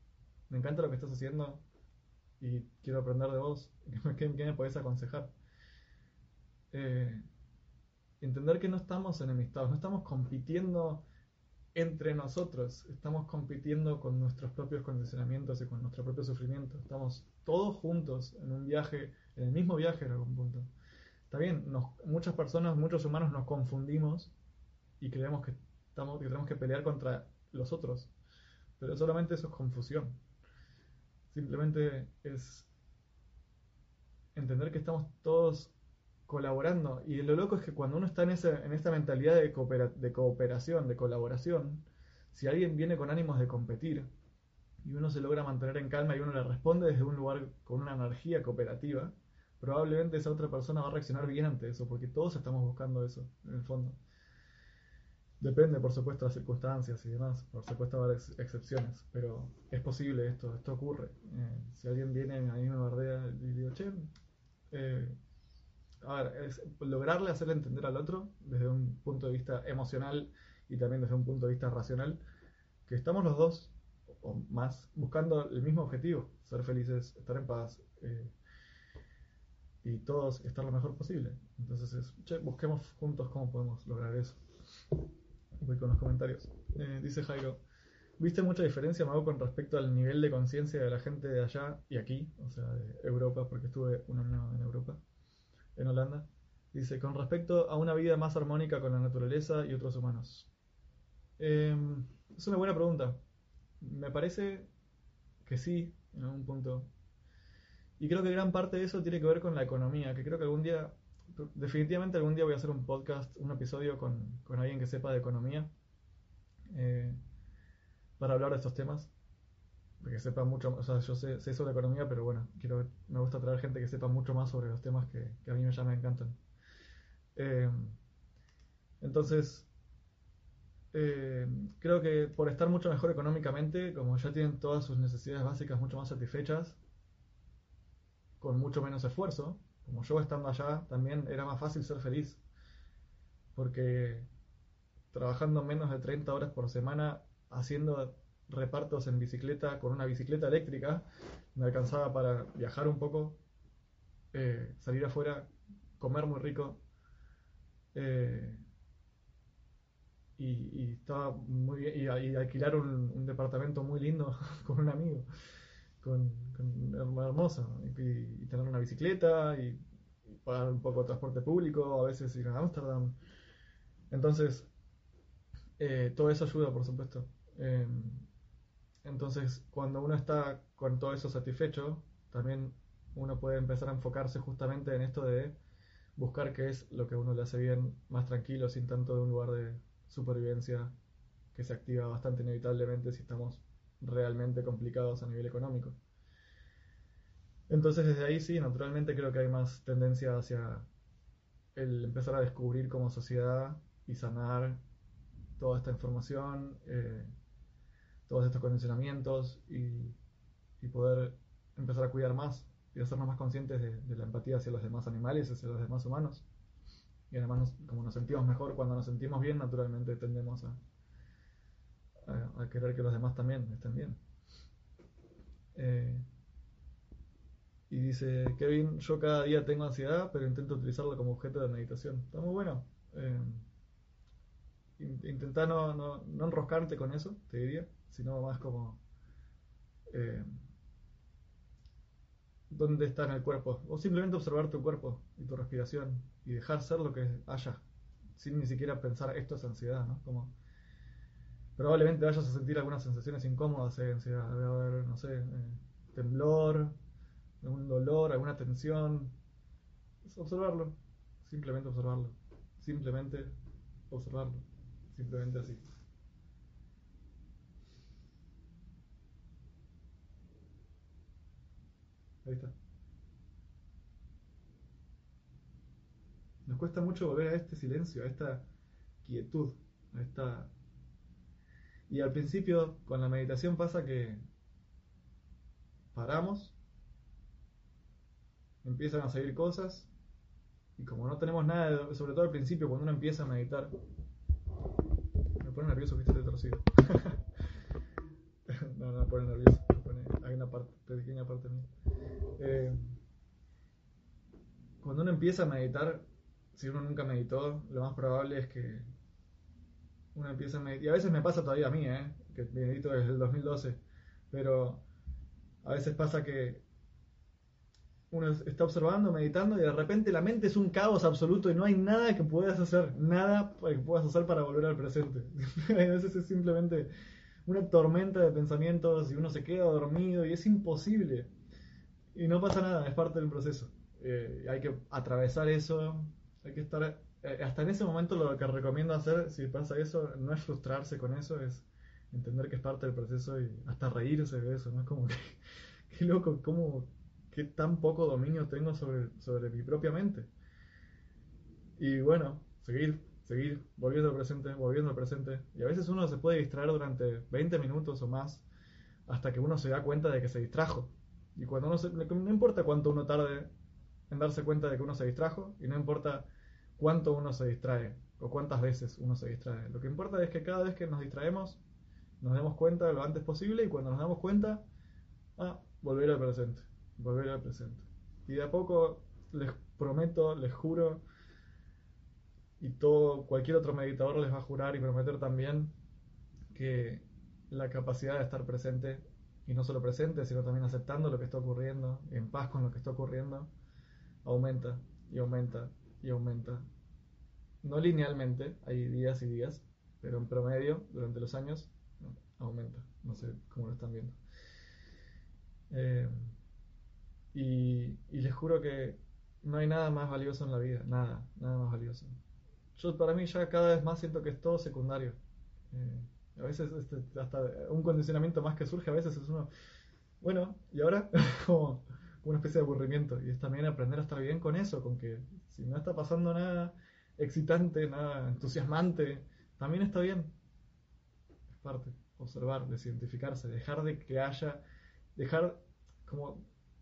me encanta lo que estás haciendo y quiero aprender de vos, ¿qué me podés aconsejar? Eh, Entender que no estamos enemistados, no estamos compitiendo entre nosotros, estamos compitiendo con nuestros propios condicionamientos y con nuestro propio sufrimiento. Estamos todos juntos en un viaje, en el mismo viaje en algún punto. Está bien, muchas personas, muchos humanos nos confundimos y creemos que tenemos que pelear contra los otros, pero solamente eso es confusión. Simplemente es entender que estamos todos colaborando. Y lo loco es que cuando uno está en esta mentalidad de cooperación, de colaboración, si alguien viene con ánimos de competir y uno se logra mantener en calma y uno le responde desde un lugar con una energía cooperativa, probablemente esa otra persona va a reaccionar bien ante eso, porque todos estamos buscando eso, en el fondo. Depende, por supuesto, de las circunstancias y demás, por supuesto, va a haber excepciones, pero es posible esto ocurre. Si alguien viene a mí me bardea y digo, che, eh, a ver, es lograrle hacerle entender al otro desde un punto de vista emocional y también desde un punto de vista racional que estamos los dos o más buscando el mismo objetivo, ser felices, estar en paz y todos estar lo mejor posible. Entonces che, busquemos juntos cómo podemos lograr eso. Voy con los comentarios. Dice Jairo, ¿viste mucha diferencia, Mago, con respecto al nivel de conciencia de la gente de allá y aquí? O sea, de Europa, porque estuve un año en Europa, en Holanda. Dice, con respecto a una vida más armónica con la naturaleza y otros humanos. Es una buena pregunta. Me parece que sí, en algún punto. Y creo que gran parte de eso tiene que ver con la economía, que creo que algún día, definitivamente algún día voy a hacer un podcast, un episodio con alguien que sepa de economía, eh, para hablar de estos temas, de que sepa mucho, o sea, yo sé sobre economía, pero bueno, me gusta traer gente que sepa mucho más sobre los temas que a mí ya me encantan. Eh, entonces, eh, creo que por estar mucho mejor económicamente, como ya tienen todas sus necesidades básicas mucho más satisfechas, con mucho menos esfuerzo, como yo estando allá, también era más fácil ser feliz, porque trabajando menos de 30 horas por semana, haciendo repartos en bicicleta, con una bicicleta eléctrica, me alcanzaba para viajar un poco, salir afuera, comer muy rico, eh, y estaba muy bien, y alquilar un departamento muy lindo con un amigo, con hermoso, y tener una bicicleta y pagar un poco de transporte público, a veces ir a Ámsterdam. Entonces, todo eso ayuda, por supuesto. Eh, entonces, cuando uno está con todo eso satisfecho, también uno puede empezar a enfocarse justamente en esto de buscar qué es lo que a uno le hace bien, más tranquilo, sin tanto de un lugar de supervivencia que se activa bastante inevitablemente si estamos realmente complicados a nivel económico. Entonces desde ahí sí, naturalmente creo que hay más tendencia hacia el empezar a descubrir como sociedad y sanar toda esta información, todos estos condicionamientos y poder empezar a cuidar más y hacernos más conscientes de la empatía hacia los demás animales, hacia los demás humanos. Y además, como nos sentimos mejor cuando nos sentimos bien, naturalmente tendemos a querer que los demás también estén bien. Eh, y dice Kevin, yo cada día tengo ansiedad, pero intento utilizarlo como objeto de meditación. Está muy bueno. Eh, Intenta no enroscarte con eso, te diría, sino más como eh, dónde está en el cuerpo, o simplemente observar tu cuerpo y tu respiración y dejar ser lo que haya, sin ni siquiera pensar esto es ansiedad, ¿no? Como probablemente vayas a sentir algunas sensaciones incómodas de ansiedad, debe haber, no sé, temblor, algún dolor, alguna tensión. Es observarlo, simplemente observarlo, simplemente observarlo, simplemente así. Ahí está. Nos cuesta mucho volver a este silencio, a esta quietud, a esta... Y al principio con la meditación pasa que paramos, empiezan a salir cosas y como no tenemos nada, sobre todo al principio cuando uno empieza a meditar, me pone nervioso que esté torcido. No me pone nervioso, me pone hay una pequeña parte mía. Eh, Cuando uno empieza a meditar, si uno nunca meditó, lo más probable es que uno empieza a meditar. Y a veces me pasa todavía a mí, que medito desde el 2012. Pero a veces pasa que uno está observando, meditando y de repente la mente es un caos absoluto y no hay nada que puedas hacer, nada que puedas hacer para volver al presente. A veces es simplemente una tormenta de pensamientos y uno se queda dormido y es imposible. Y no pasa nada, es parte del proceso. Hay que atravesar eso, hay que estar... hasta en ese momento lo que recomiendo hacer, si pasa eso, no es frustrarse con eso, es entender que es parte del proceso y hasta reírse de eso, ¿no? Es como que, qué loco, cómo, qué tan poco dominio tengo sobre mi propia mente. Y bueno, seguir, volviendo al presente. Y a veces uno se puede distraer durante 20 minutos o más hasta que uno se da cuenta de que se distrajo. Y cuando no importa cuánto uno tarde en darse cuenta de que uno se distrajo, y no importa cuánto uno se distrae o cuántas veces uno se distrae. Lo que importa es que cada vez que nos distraemos, nos demos cuenta lo antes posible y cuando nos damos cuenta, volver al presente, volver al presente. Y de a poco les prometo, les juro, y cualquier otro meditador les va a jurar y prometer también que la capacidad de estar presente, y no solo presente, sino también aceptando lo que está ocurriendo, en paz con lo que está ocurriendo, aumenta y aumenta y aumenta. No linealmente, hay días y días, pero en promedio, durante los años, aumenta. No sé cómo lo están viendo. Eh, y les juro que no hay nada más valioso en la vida, nada, nada más valioso. Yo para mí ya cada vez más siento que es todo secundario. A veces hasta un condicionamiento más que surge, a veces es uno, bueno, ¿y ahora? como, como una especie de aburrimiento. Y es también aprender a estar bien con eso, con que si no está pasando nada excitante, nada entusiasmante, también está bien. Es parte, observar, desidentificarse, dejar de que haya, dejar como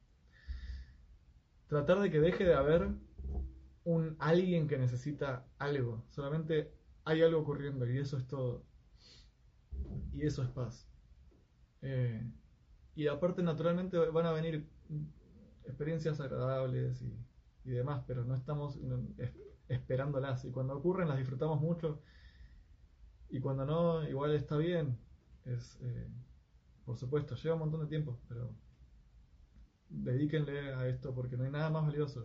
tratar de que deje de haber un alguien que necesita algo. Solamente hay algo ocurriendo y eso es todo. Y eso es paz. Eh, y aparte, naturalmente van a venir experiencias agradables y demás, pero no estamos esperándolas. Y cuando ocurren, las disfrutamos mucho. Y cuando no, igual está bien. Es, por supuesto, lleva un montón de tiempo, pero dedíquenle a esto porque no hay nada más valioso.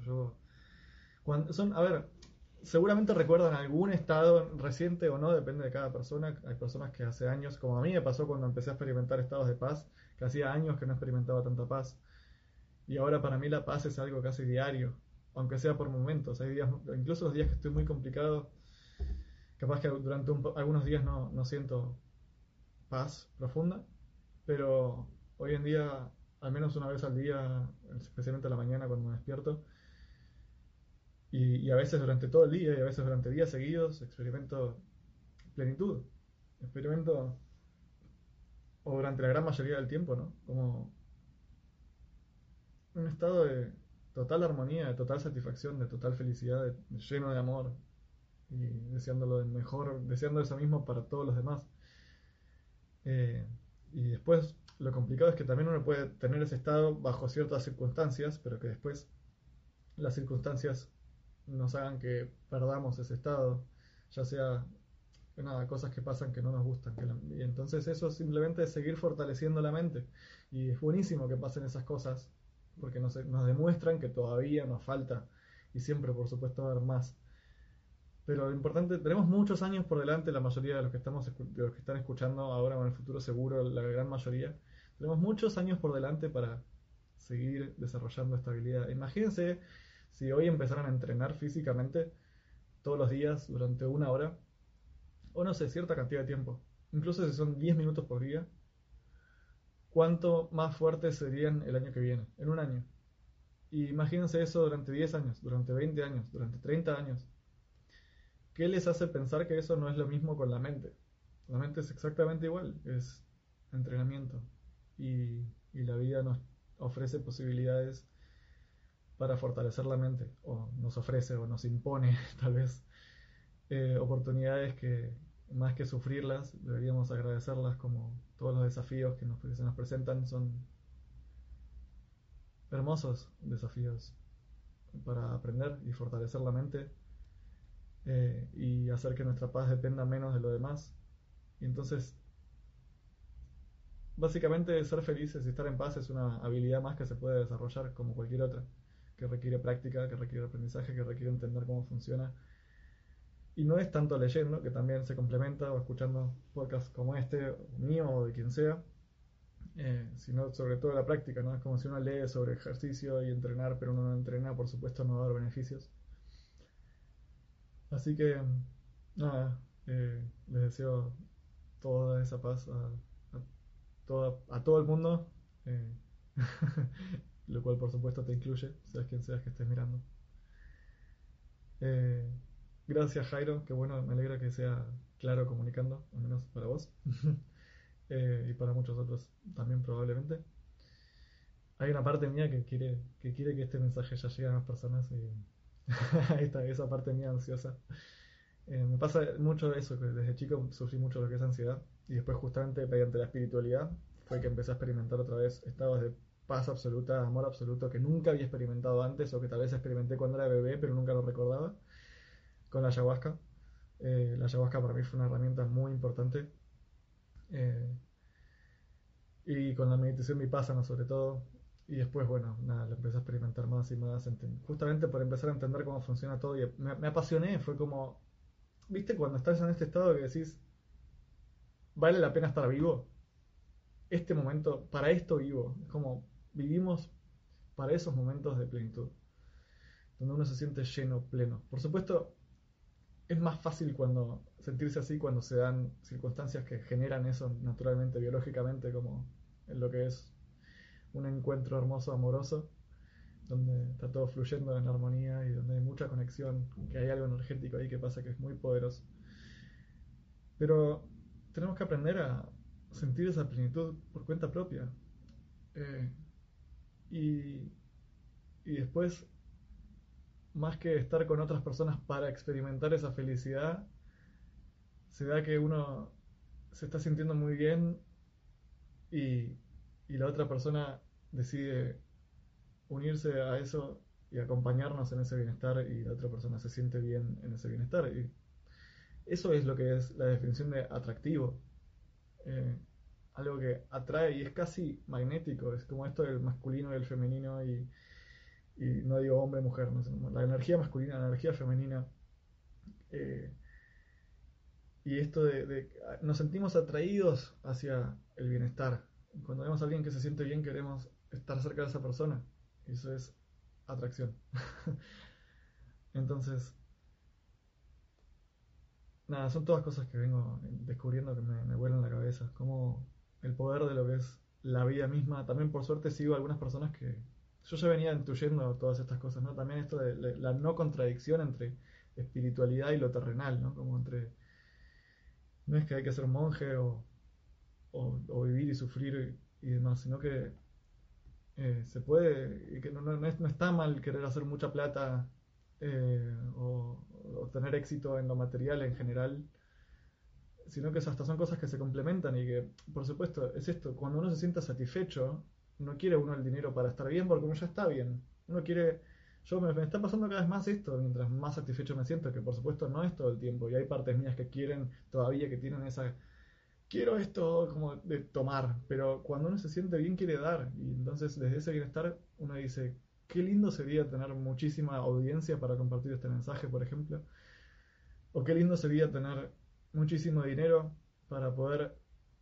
A ver, seguramente recuerdan algún estado reciente o no, depende de cada persona. Hay personas que hace años, como a mí me pasó cuando empecé a experimentar estados de paz, que hacía años que no experimentaba tanta paz. Y ahora para mí la paz es algo casi diario, aunque sea por momentos. Hay días, incluso los días que estoy muy complicado, capaz que durante algunos días no siento paz profunda, pero hoy en día, al menos una vez al día, especialmente a la mañana cuando me despierto, y a veces durante todo el día y a veces durante días seguidos, experimento plenitud. Experimento, o durante la gran mayoría del tiempo, ¿no? Como un estado de total armonía, de total satisfacción, de total felicidad, lleno de amor y deseando lo mejor, deseando eso mismo para todos los demás. Eh, y después, lo complicado es que también uno puede tener ese estado bajo ciertas circunstancias, pero que después las circunstancias nos hagan que perdamos ese estado, ya sea nada, cosas que pasan que no nos gustan. Y entonces eso simplemente es seguir fortaleciendo la mente. Y es buenísimo que pasen esas cosas, porque nos demuestran que todavía nos falta, y siempre por supuesto va a haber más. Pero lo importante, tenemos muchos años por delante, la mayoría de los que de los que están escuchando ahora o en el futuro seguro, la gran mayoría, tenemos muchos años por delante para seguir desarrollando esta habilidad. Imagínense si hoy empezaran a entrenar físicamente todos los días durante una hora, o no sé, cierta cantidad de tiempo, incluso si son 10 minutos por día, cuánto más fuertes serían el año que viene, en un año. Y imagínense eso durante 10 años, durante 20 años, durante 30 años. ¿Qué les hace pensar que eso no es lo mismo con la mente? La mente es exactamente igual, es entrenamiento. Y la vida nos ofrece posibilidades para fortalecer la mente, o nos ofrece o nos impone tal vez oportunidades que más que sufrirlas, deberíamos agradecerlas, como todos los desafíos que se nos presentan son hermosos desafíos para aprender y fortalecer la mente, y hacer que nuestra paz dependa menos de lo demás. Y entonces, básicamente, ser felices y estar en paz es una habilidad más que se puede desarrollar como cualquier otra, que requiere práctica, que requiere aprendizaje, que requiere entender cómo funciona. Y no es tanto leyendo, que también se complementa, o escuchando podcasts como este, mío o de quien sea, sino sobre todo la práctica, ¿no? Es como si uno lee sobre ejercicio y entrenar, pero uno no entrena, por supuesto no va a dar beneficios. Así que, nada, les deseo toda esa paz a todo el mundo, eh, lo cual por supuesto te incluye, seas quien seas que estés mirando. Eh, Gracias, Jairo, que bueno, me alegra que sea claro comunicando, al menos para vos. Y para muchos otros también probablemente. Hay una parte mía que quiere que este mensaje ya llegue a más personas, y ahí está, esa parte mía ansiosa. Me pasa mucho eso, que desde chico sufrí mucho lo que es ansiedad, y después justamente mediante la espiritualidad fue que empecé a experimentar otra vez estados de paz absoluta, amor absoluto, que nunca había experimentado antes, o que tal vez experimenté cuando era bebé pero nunca lo recordaba, con la ayahuasca. La ayahuasca para mí fue una herramienta muy importante, eh, y con la meditación vipassana sobre todo. Y después, bueno, nada, lo empecé a experimentar más y más, justamente por empezar a entender cómo funciona todo. Y me apasioné, fue como, ¿viste cuando estás en este estado que decís, vale la pena estar vivo? Este momento, para esto vivo. Es como, vivimos para esos momentos de plenitud, donde uno se siente lleno, pleno. Por supuesto, es más fácil cuando sentirse así cuando se dan circunstancias que generan eso naturalmente, biológicamente, como en lo que es un encuentro hermoso, amoroso, donde está todo fluyendo en armonía y donde hay mucha conexión, que hay algo energético ahí que pasa que es muy poderoso. Pero tenemos que aprender a sentir esa plenitud por cuenta propia. Eh, y, y después, más que estar con otras personas para experimentar esa felicidad, se da que uno se está sintiendo muy bien, y, y la otra persona decide unirse a eso y acompañarnos en ese bienestar, y la otra persona se siente bien en ese bienestar. Y eso es lo que es la definición de atractivo. Eh, Algo que atrae y es casi magnético, es como esto del masculino y el femenino, y no digo hombre, mujer, no sé, la energía masculina, la energía femenina, eh, y esto de nos sentimos atraídos hacia el bienestar. Cuando vemos a alguien que se siente bien, queremos estar cerca de esa persona. Eso es atracción. Entonces, nada, son todas cosas que vengo descubriendo que me vuelan la cabeza. Como el poder de lo que es la vida misma. También por suerte sigo a algunas personas que yo ya venía intuyendo todas estas cosas, ¿no? También esto de la no contradicción entre espiritualidad y lo terrenal, ¿no? Como entre, no es que hay que ser monje o vivir y sufrir y demás, sino que se puede, y que no está mal querer hacer mucha plata, o tener éxito en lo material en general, sino que hasta son cosas que se complementan, y que, por supuesto, es esto, cuando uno se sienta satisfecho, no quiere uno el dinero para estar bien porque uno ya está bien. Uno quiere, me está pasando cada vez más esto, mientras más satisfecho me siento, que por supuesto no es todo el tiempo, y hay partes mías que quieren todavía, que tienen esa, quiero esto como de tomar, pero cuando uno se siente bien quiere dar, y entonces desde ese bienestar uno dice, qué lindo sería tener muchísima audiencia para compartir este mensaje, por ejemplo, o qué lindo sería tener muchísimo dinero para poder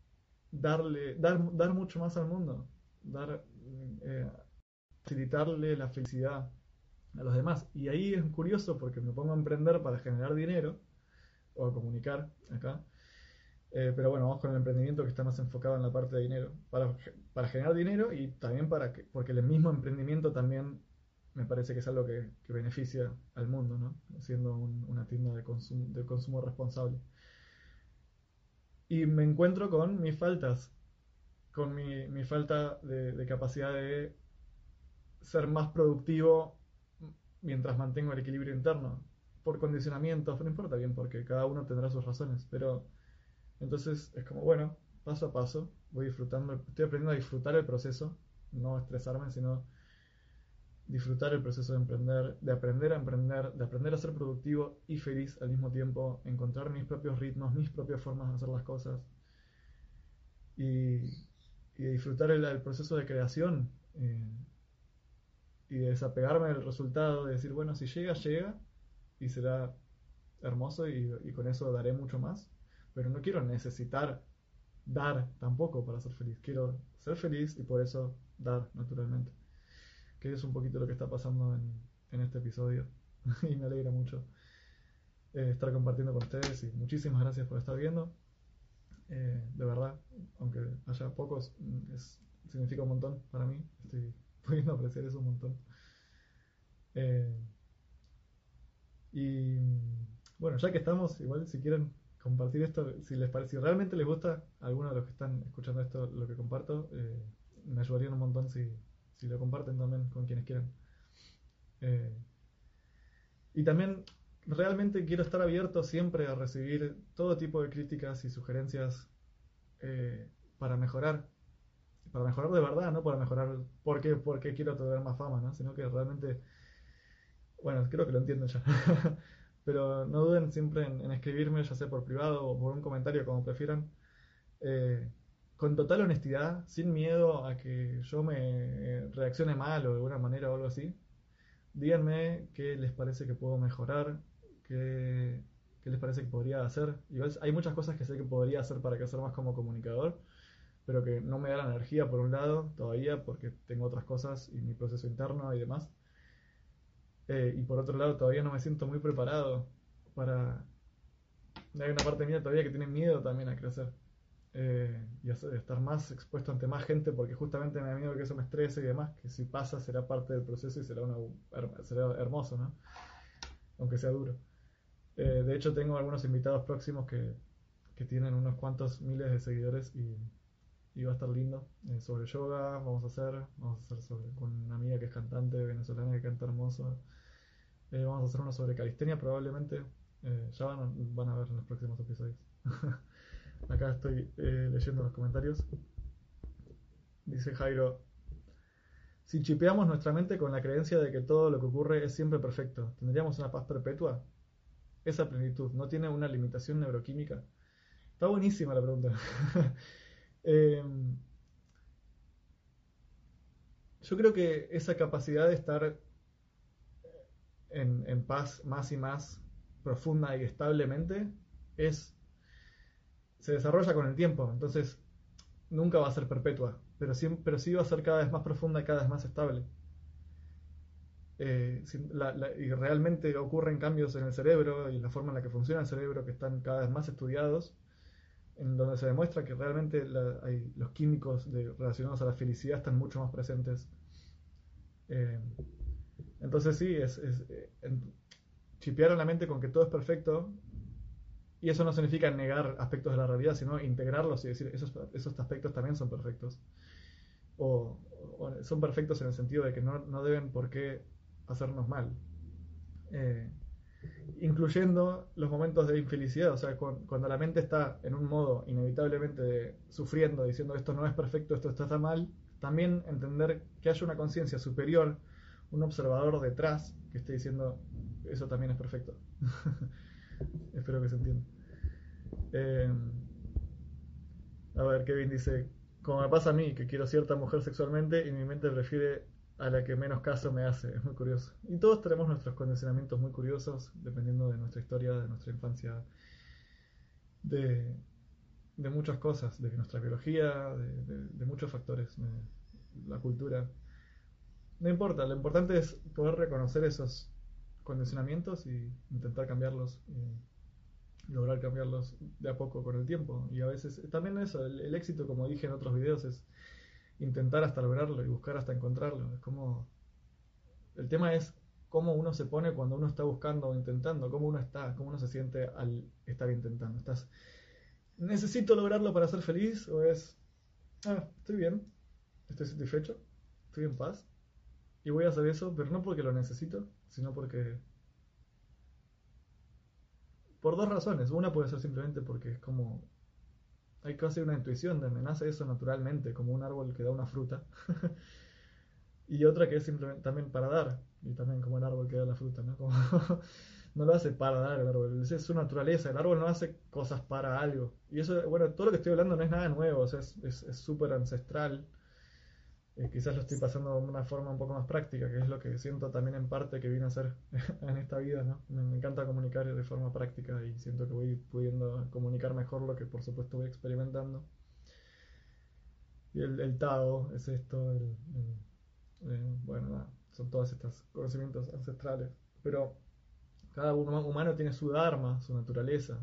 dar mucho más al mundo, dar, eh, facilitarle la felicidad a los demás. Y ahí es curioso porque me pongo a emprender para generar dinero, o a comunicar acá. Pero bueno, vamos con el emprendimiento, que está más enfocado en la parte de dinero. Para generar dinero, y también porque el mismo emprendimiento también me parece que es algo que beneficia al mundo, ¿no? Siendo una tienda de consumo responsable. Y me encuentro con mis faltas, con mi falta de capacidad de ser más productivo mientras mantengo el equilibrio interno. Por condicionamientos, no importa bien, porque cada uno tendrá sus razones, pero entonces es como, bueno, paso a paso, voy disfrutando, estoy aprendiendo a disfrutar el proceso, no estresarme, sino disfrutar el proceso de emprender, de aprender a emprender, de aprender a ser productivo y feliz al mismo tiempo, encontrar mis propios ritmos, mis propias formas de hacer las cosas y, y de disfrutar el proceso de creación y de desapegarme del resultado, de decir, bueno, si llega, llega y será hermoso y con eso daré mucho más, pero no quiero necesitar dar tampoco para ser feliz, quiero ser feliz y por eso dar naturalmente, que es un poquito lo que está pasando en este episodio y me alegra mucho estar compartiendo con ustedes y muchísimas gracias por estar viendo. De verdad, aunque haya pocos, significa un montón para mí. Estoy pudiendo apreciar eso un montón. Eh, y bueno, ya que estamos, igual si quieren compartir esto, si les parece, si realmente les gusta a alguno de los que están escuchando esto, lo que comparto, me ayudarían un montón si lo comparten también con quienes quieran. Eh, y también realmente quiero estar abierto siempre a recibir todo tipo de críticas y sugerencias eh, para mejorar. Para mejorar de verdad, no para mejorar porque quiero tener más fama, ¿no? Sino que realmente, bueno, creo que lo entiendo ya. Pero no duden siempre en escribirme, ya sea por privado o por un comentario, como prefieran, eh, con total honestidad, sin miedo a que yo me reaccione mal o de alguna manera o algo así. Díganme qué les parece que puedo mejorar, qué les parece que podría hacer. Igual hay muchas cosas que sé que podría hacer para crecer más como comunicador, pero que no me da la energía por un lado todavía porque tengo otras cosas y mi proceso interno y demás. Y por otro lado todavía no me siento muy preparado para... Hay una parte mía todavía que tiene miedo también a crecer y a estar más expuesto ante más gente porque justamente me da miedo que eso me estrese y demás, que si pasa será parte del proceso y será hermoso, ¿no? Aunque sea duro. De hecho tengo algunos invitados próximos que tienen unos cuantos miles de seguidores y va a estar lindo. Sobre yoga vamos a hacer con una amiga que es cantante venezolana que canta hermoso. Vamos a hacer uno sobre calistenia probablemente. Ya van a ver en los próximos episodios. Acá estoy leyendo los comentarios. Dice Jairo, si chipeamos nuestra mente con la creencia de que todo lo que ocurre es siempre perfecto, ¿tendríamos una paz perpetua? Esa plenitud no tiene una limitación neuroquímica. Está buenísima la pregunta. eh, yo creo que esa capacidad de estar en paz más y más profunda y establemente se desarrolla con el tiempo, entonces nunca va a ser perpetua, pero sí va a ser cada vez más profunda y cada vez más estable. Y realmente ocurren cambios en el cerebro y la forma en la que funciona el cerebro que están cada vez más estudiados, en donde se demuestra que realmente los químicos relacionados a la felicidad están mucho más presentes. Eh, entonces sí, chipear a la mente con que todo es perfecto, y eso no significa negar aspectos de la realidad, sino integrarlos y decir, esos aspectos también son perfectos. O, o son perfectos en el sentido de que no deben por qué hacernos mal. Eh, Incluyendo los momentos de infelicidad, o sea, cuando la mente está en un modo inevitablemente sufriendo, diciendo esto no es perfecto, esto está mal, también entender que haya una conciencia superior, un observador detrás que esté diciendo eso también es perfecto. Espero que se entienda. Eh, a ver, Kevin dice, como me pasa a mí, que quiero cierta mujer sexualmente y mi mente prefiere a la que menos caso me hace. Es muy curioso. Y todos tenemos nuestros condicionamientos muy curiosos, dependiendo de nuestra historia, de nuestra infancia, de, de muchas cosas, de nuestra biología, de muchos factores, de la cultura. No importa, lo importante es poder reconocer esos condicionamientos y intentar cambiarlos. Y lograr cambiarlos de a poco con el tiempo. Y a veces, también eso, el éxito, como dije en otros videos, es intentar hasta lograrlo y buscar hasta encontrarlo. Es como. El tema es cómo uno se pone cuando uno está buscando o intentando, cómo uno se siente al estar intentando. ¿Necesito lograrlo para ser feliz? ¿O estoy bien, estoy satisfecho, estoy en paz y voy a hacer eso, pero no porque lo necesito, sino porque. Por dos razones. Una puede ser simplemente porque es como. Hay casi una intuición de me nace eso naturalmente, como un árbol que da una fruta. Y otra que es simplemente también para dar, y también como el árbol que da la fruta, ¿no? Como no lo hace para dar el árbol, es su naturaleza, el árbol no hace cosas para algo. Y eso, bueno, todo lo que estoy hablando no es nada nuevo, o sea, es súper ancestral. Quizás lo estoy pasando de una forma un poco más práctica, que es lo que siento también en parte que vine a hacer en esta vida, ¿no? Me encanta comunicar de forma práctica y siento que voy pudiendo comunicar mejor lo que por supuesto voy experimentando. Y el Tao es esto, bueno, nada, son todos estos conocimientos ancestrales. Pero cada humano tiene su dharma, su naturaleza.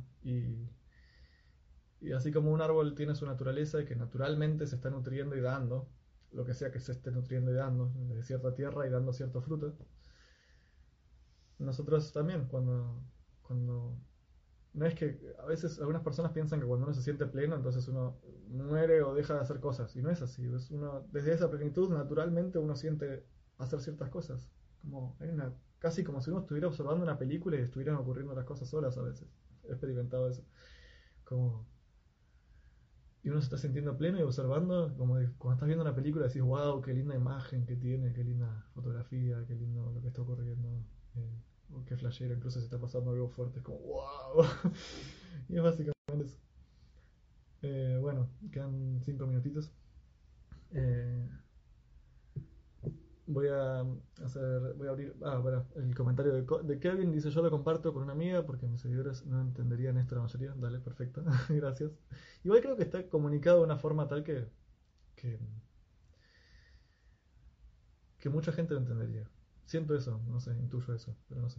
Y así como un árbol tiene su naturaleza y que naturalmente se está nutriendo y dando, lo que sea que se esté nutriendo y dando, de cierta tierra y dando ciertos frutos, nosotros también, cuando no es que a veces algunas personas piensan que cuando uno se siente pleno, entonces uno muere o deja de hacer cosas. Y no es así. Es uno, desde esa plenitud, naturalmente uno siente hacer ciertas cosas. Como hay una, casi como si uno estuviera observando una película y estuvieran ocurriendo las cosas solas a veces. He experimentado eso. Como, y uno se está sintiendo pleno y observando, como cuando estás viendo una película decís, wow, qué linda imagen que tiene, qué linda fotografía, qué lindo lo que está ocurriendo. Qué flashero, incluso se está pasando algo fuerte, es como, wow. Y es básicamente eso. Bueno, quedan 5 minutitos. Eh, voy a abrir, bueno, el comentario de Kevin dice: yo lo comparto con una amiga porque mis seguidores no entenderían esto la mayoría. Dale, perfecto, gracias. Igual creo que está comunicado de una forma tal que, que mucha gente lo entendería. Siento eso, no sé, intuyo eso, pero no sé.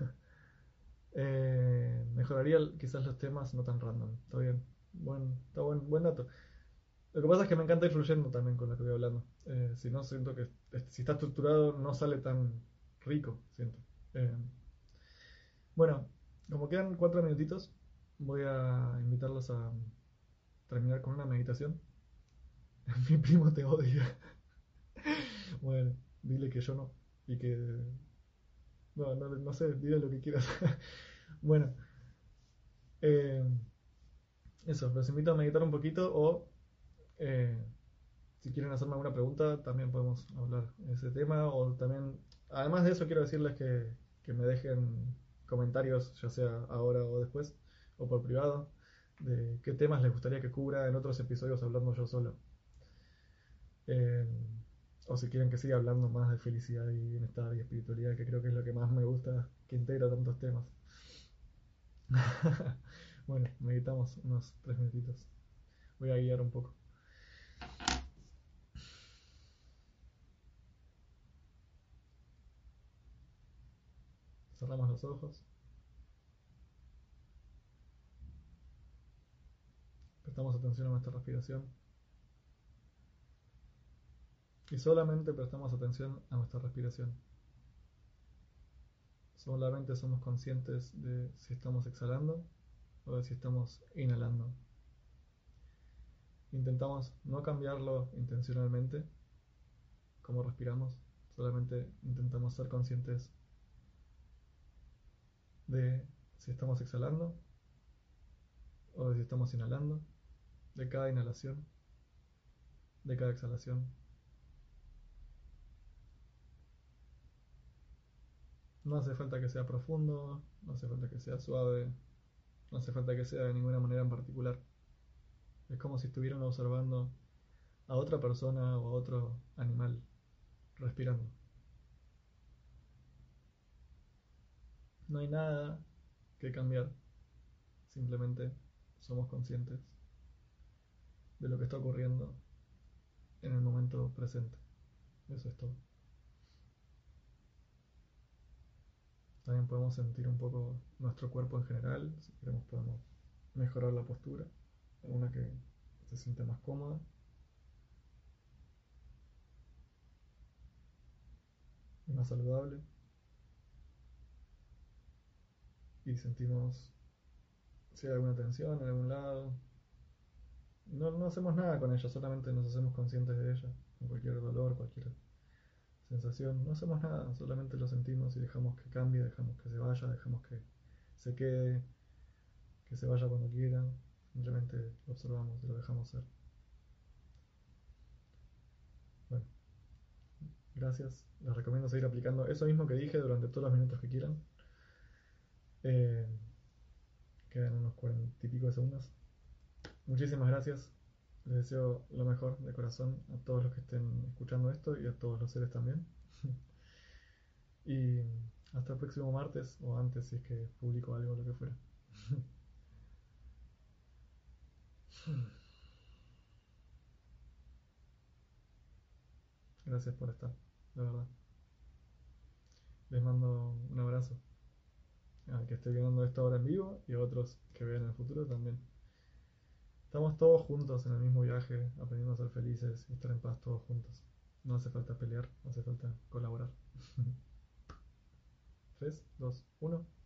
Mejoraría quizás los temas no tan random. Está bien, está buen dato. Lo que pasa es que me encanta ir fluyendo también con lo que voy hablando. Si no, siento que si está estructurado no sale tan rico, siento. Eh, bueno, como quedan 4 minutitos, voy a invitarlos a terminar con una meditación. Mi primo te odia. Bueno, dile que yo no. Y que... No sé, dile lo que quieras. Bueno, eh, eso, los invito a meditar un poquito o eh, si quieren hacerme alguna pregunta, también podemos hablar de ese tema. O también, además de eso, quiero decirles que me dejen comentarios, ya sea ahora o después, o por privado, de qué temas les gustaría que cubra en otros episodios hablando yo solo. Eh, o si quieren que siga hablando más de felicidad y bienestar y espiritualidad, que creo que es lo que más me gusta, que integra tantos temas. Bueno, meditamos unos 3 minutitos. Voy a guiar un poco. Cerramos los ojos. Prestamos atención a nuestra respiración. Y solamente prestamos atención a nuestra respiración. Solamente somos conscientes de si estamos exhalando o de si estamos inhalando. Intentamos no cambiarlo intencionalmente, como respiramos. Solamente intentamos ser conscientes de si estamos exhalando o de si estamos inhalando, de cada inhalación, de cada exhalación. No hace falta que sea profundo, no hace falta que sea suave, no hace falta que sea de ninguna manera en particular. Es como si estuvieran observando a otra persona o a otro animal respirando. No hay nada que cambiar, simplemente somos conscientes de lo que está ocurriendo en el momento presente. Eso es todo. También podemos sentir un poco nuestro cuerpo en general. Si queremos podemos mejorar la postura, una que se siente más cómoda y más saludable. Y sentimos si hay alguna tensión en algún lado. No hacemos nada con ella, solamente nos hacemos conscientes de ella. Con cualquier dolor, cualquier sensación. No hacemos nada, solamente lo sentimos y dejamos que cambie, dejamos que se vaya, dejamos que se quede, que se vaya cuando quiera. Simplemente lo observamos y lo dejamos ser. Bueno, Gracias. Les recomiendo seguir aplicando eso mismo que dije durante todos los minutos que quieran. Eh, Quedan unos 40 y pico de segundos. Muchísimas gracias. Les deseo lo mejor de corazón a todos los que estén escuchando esto y a todos los seres también. Y hasta el próximo martes o antes si es que publico algo o lo que fuera. Gracias por estar, de verdad. Les mando un abrazo al que esté viendo esto ahora en vivo y a otros que vean en el futuro también. Estamos todos juntos en el mismo viaje, aprendiendo a ser felices y estar en paz todos juntos. No hace falta pelear, hace falta colaborar. 3, 2, 1.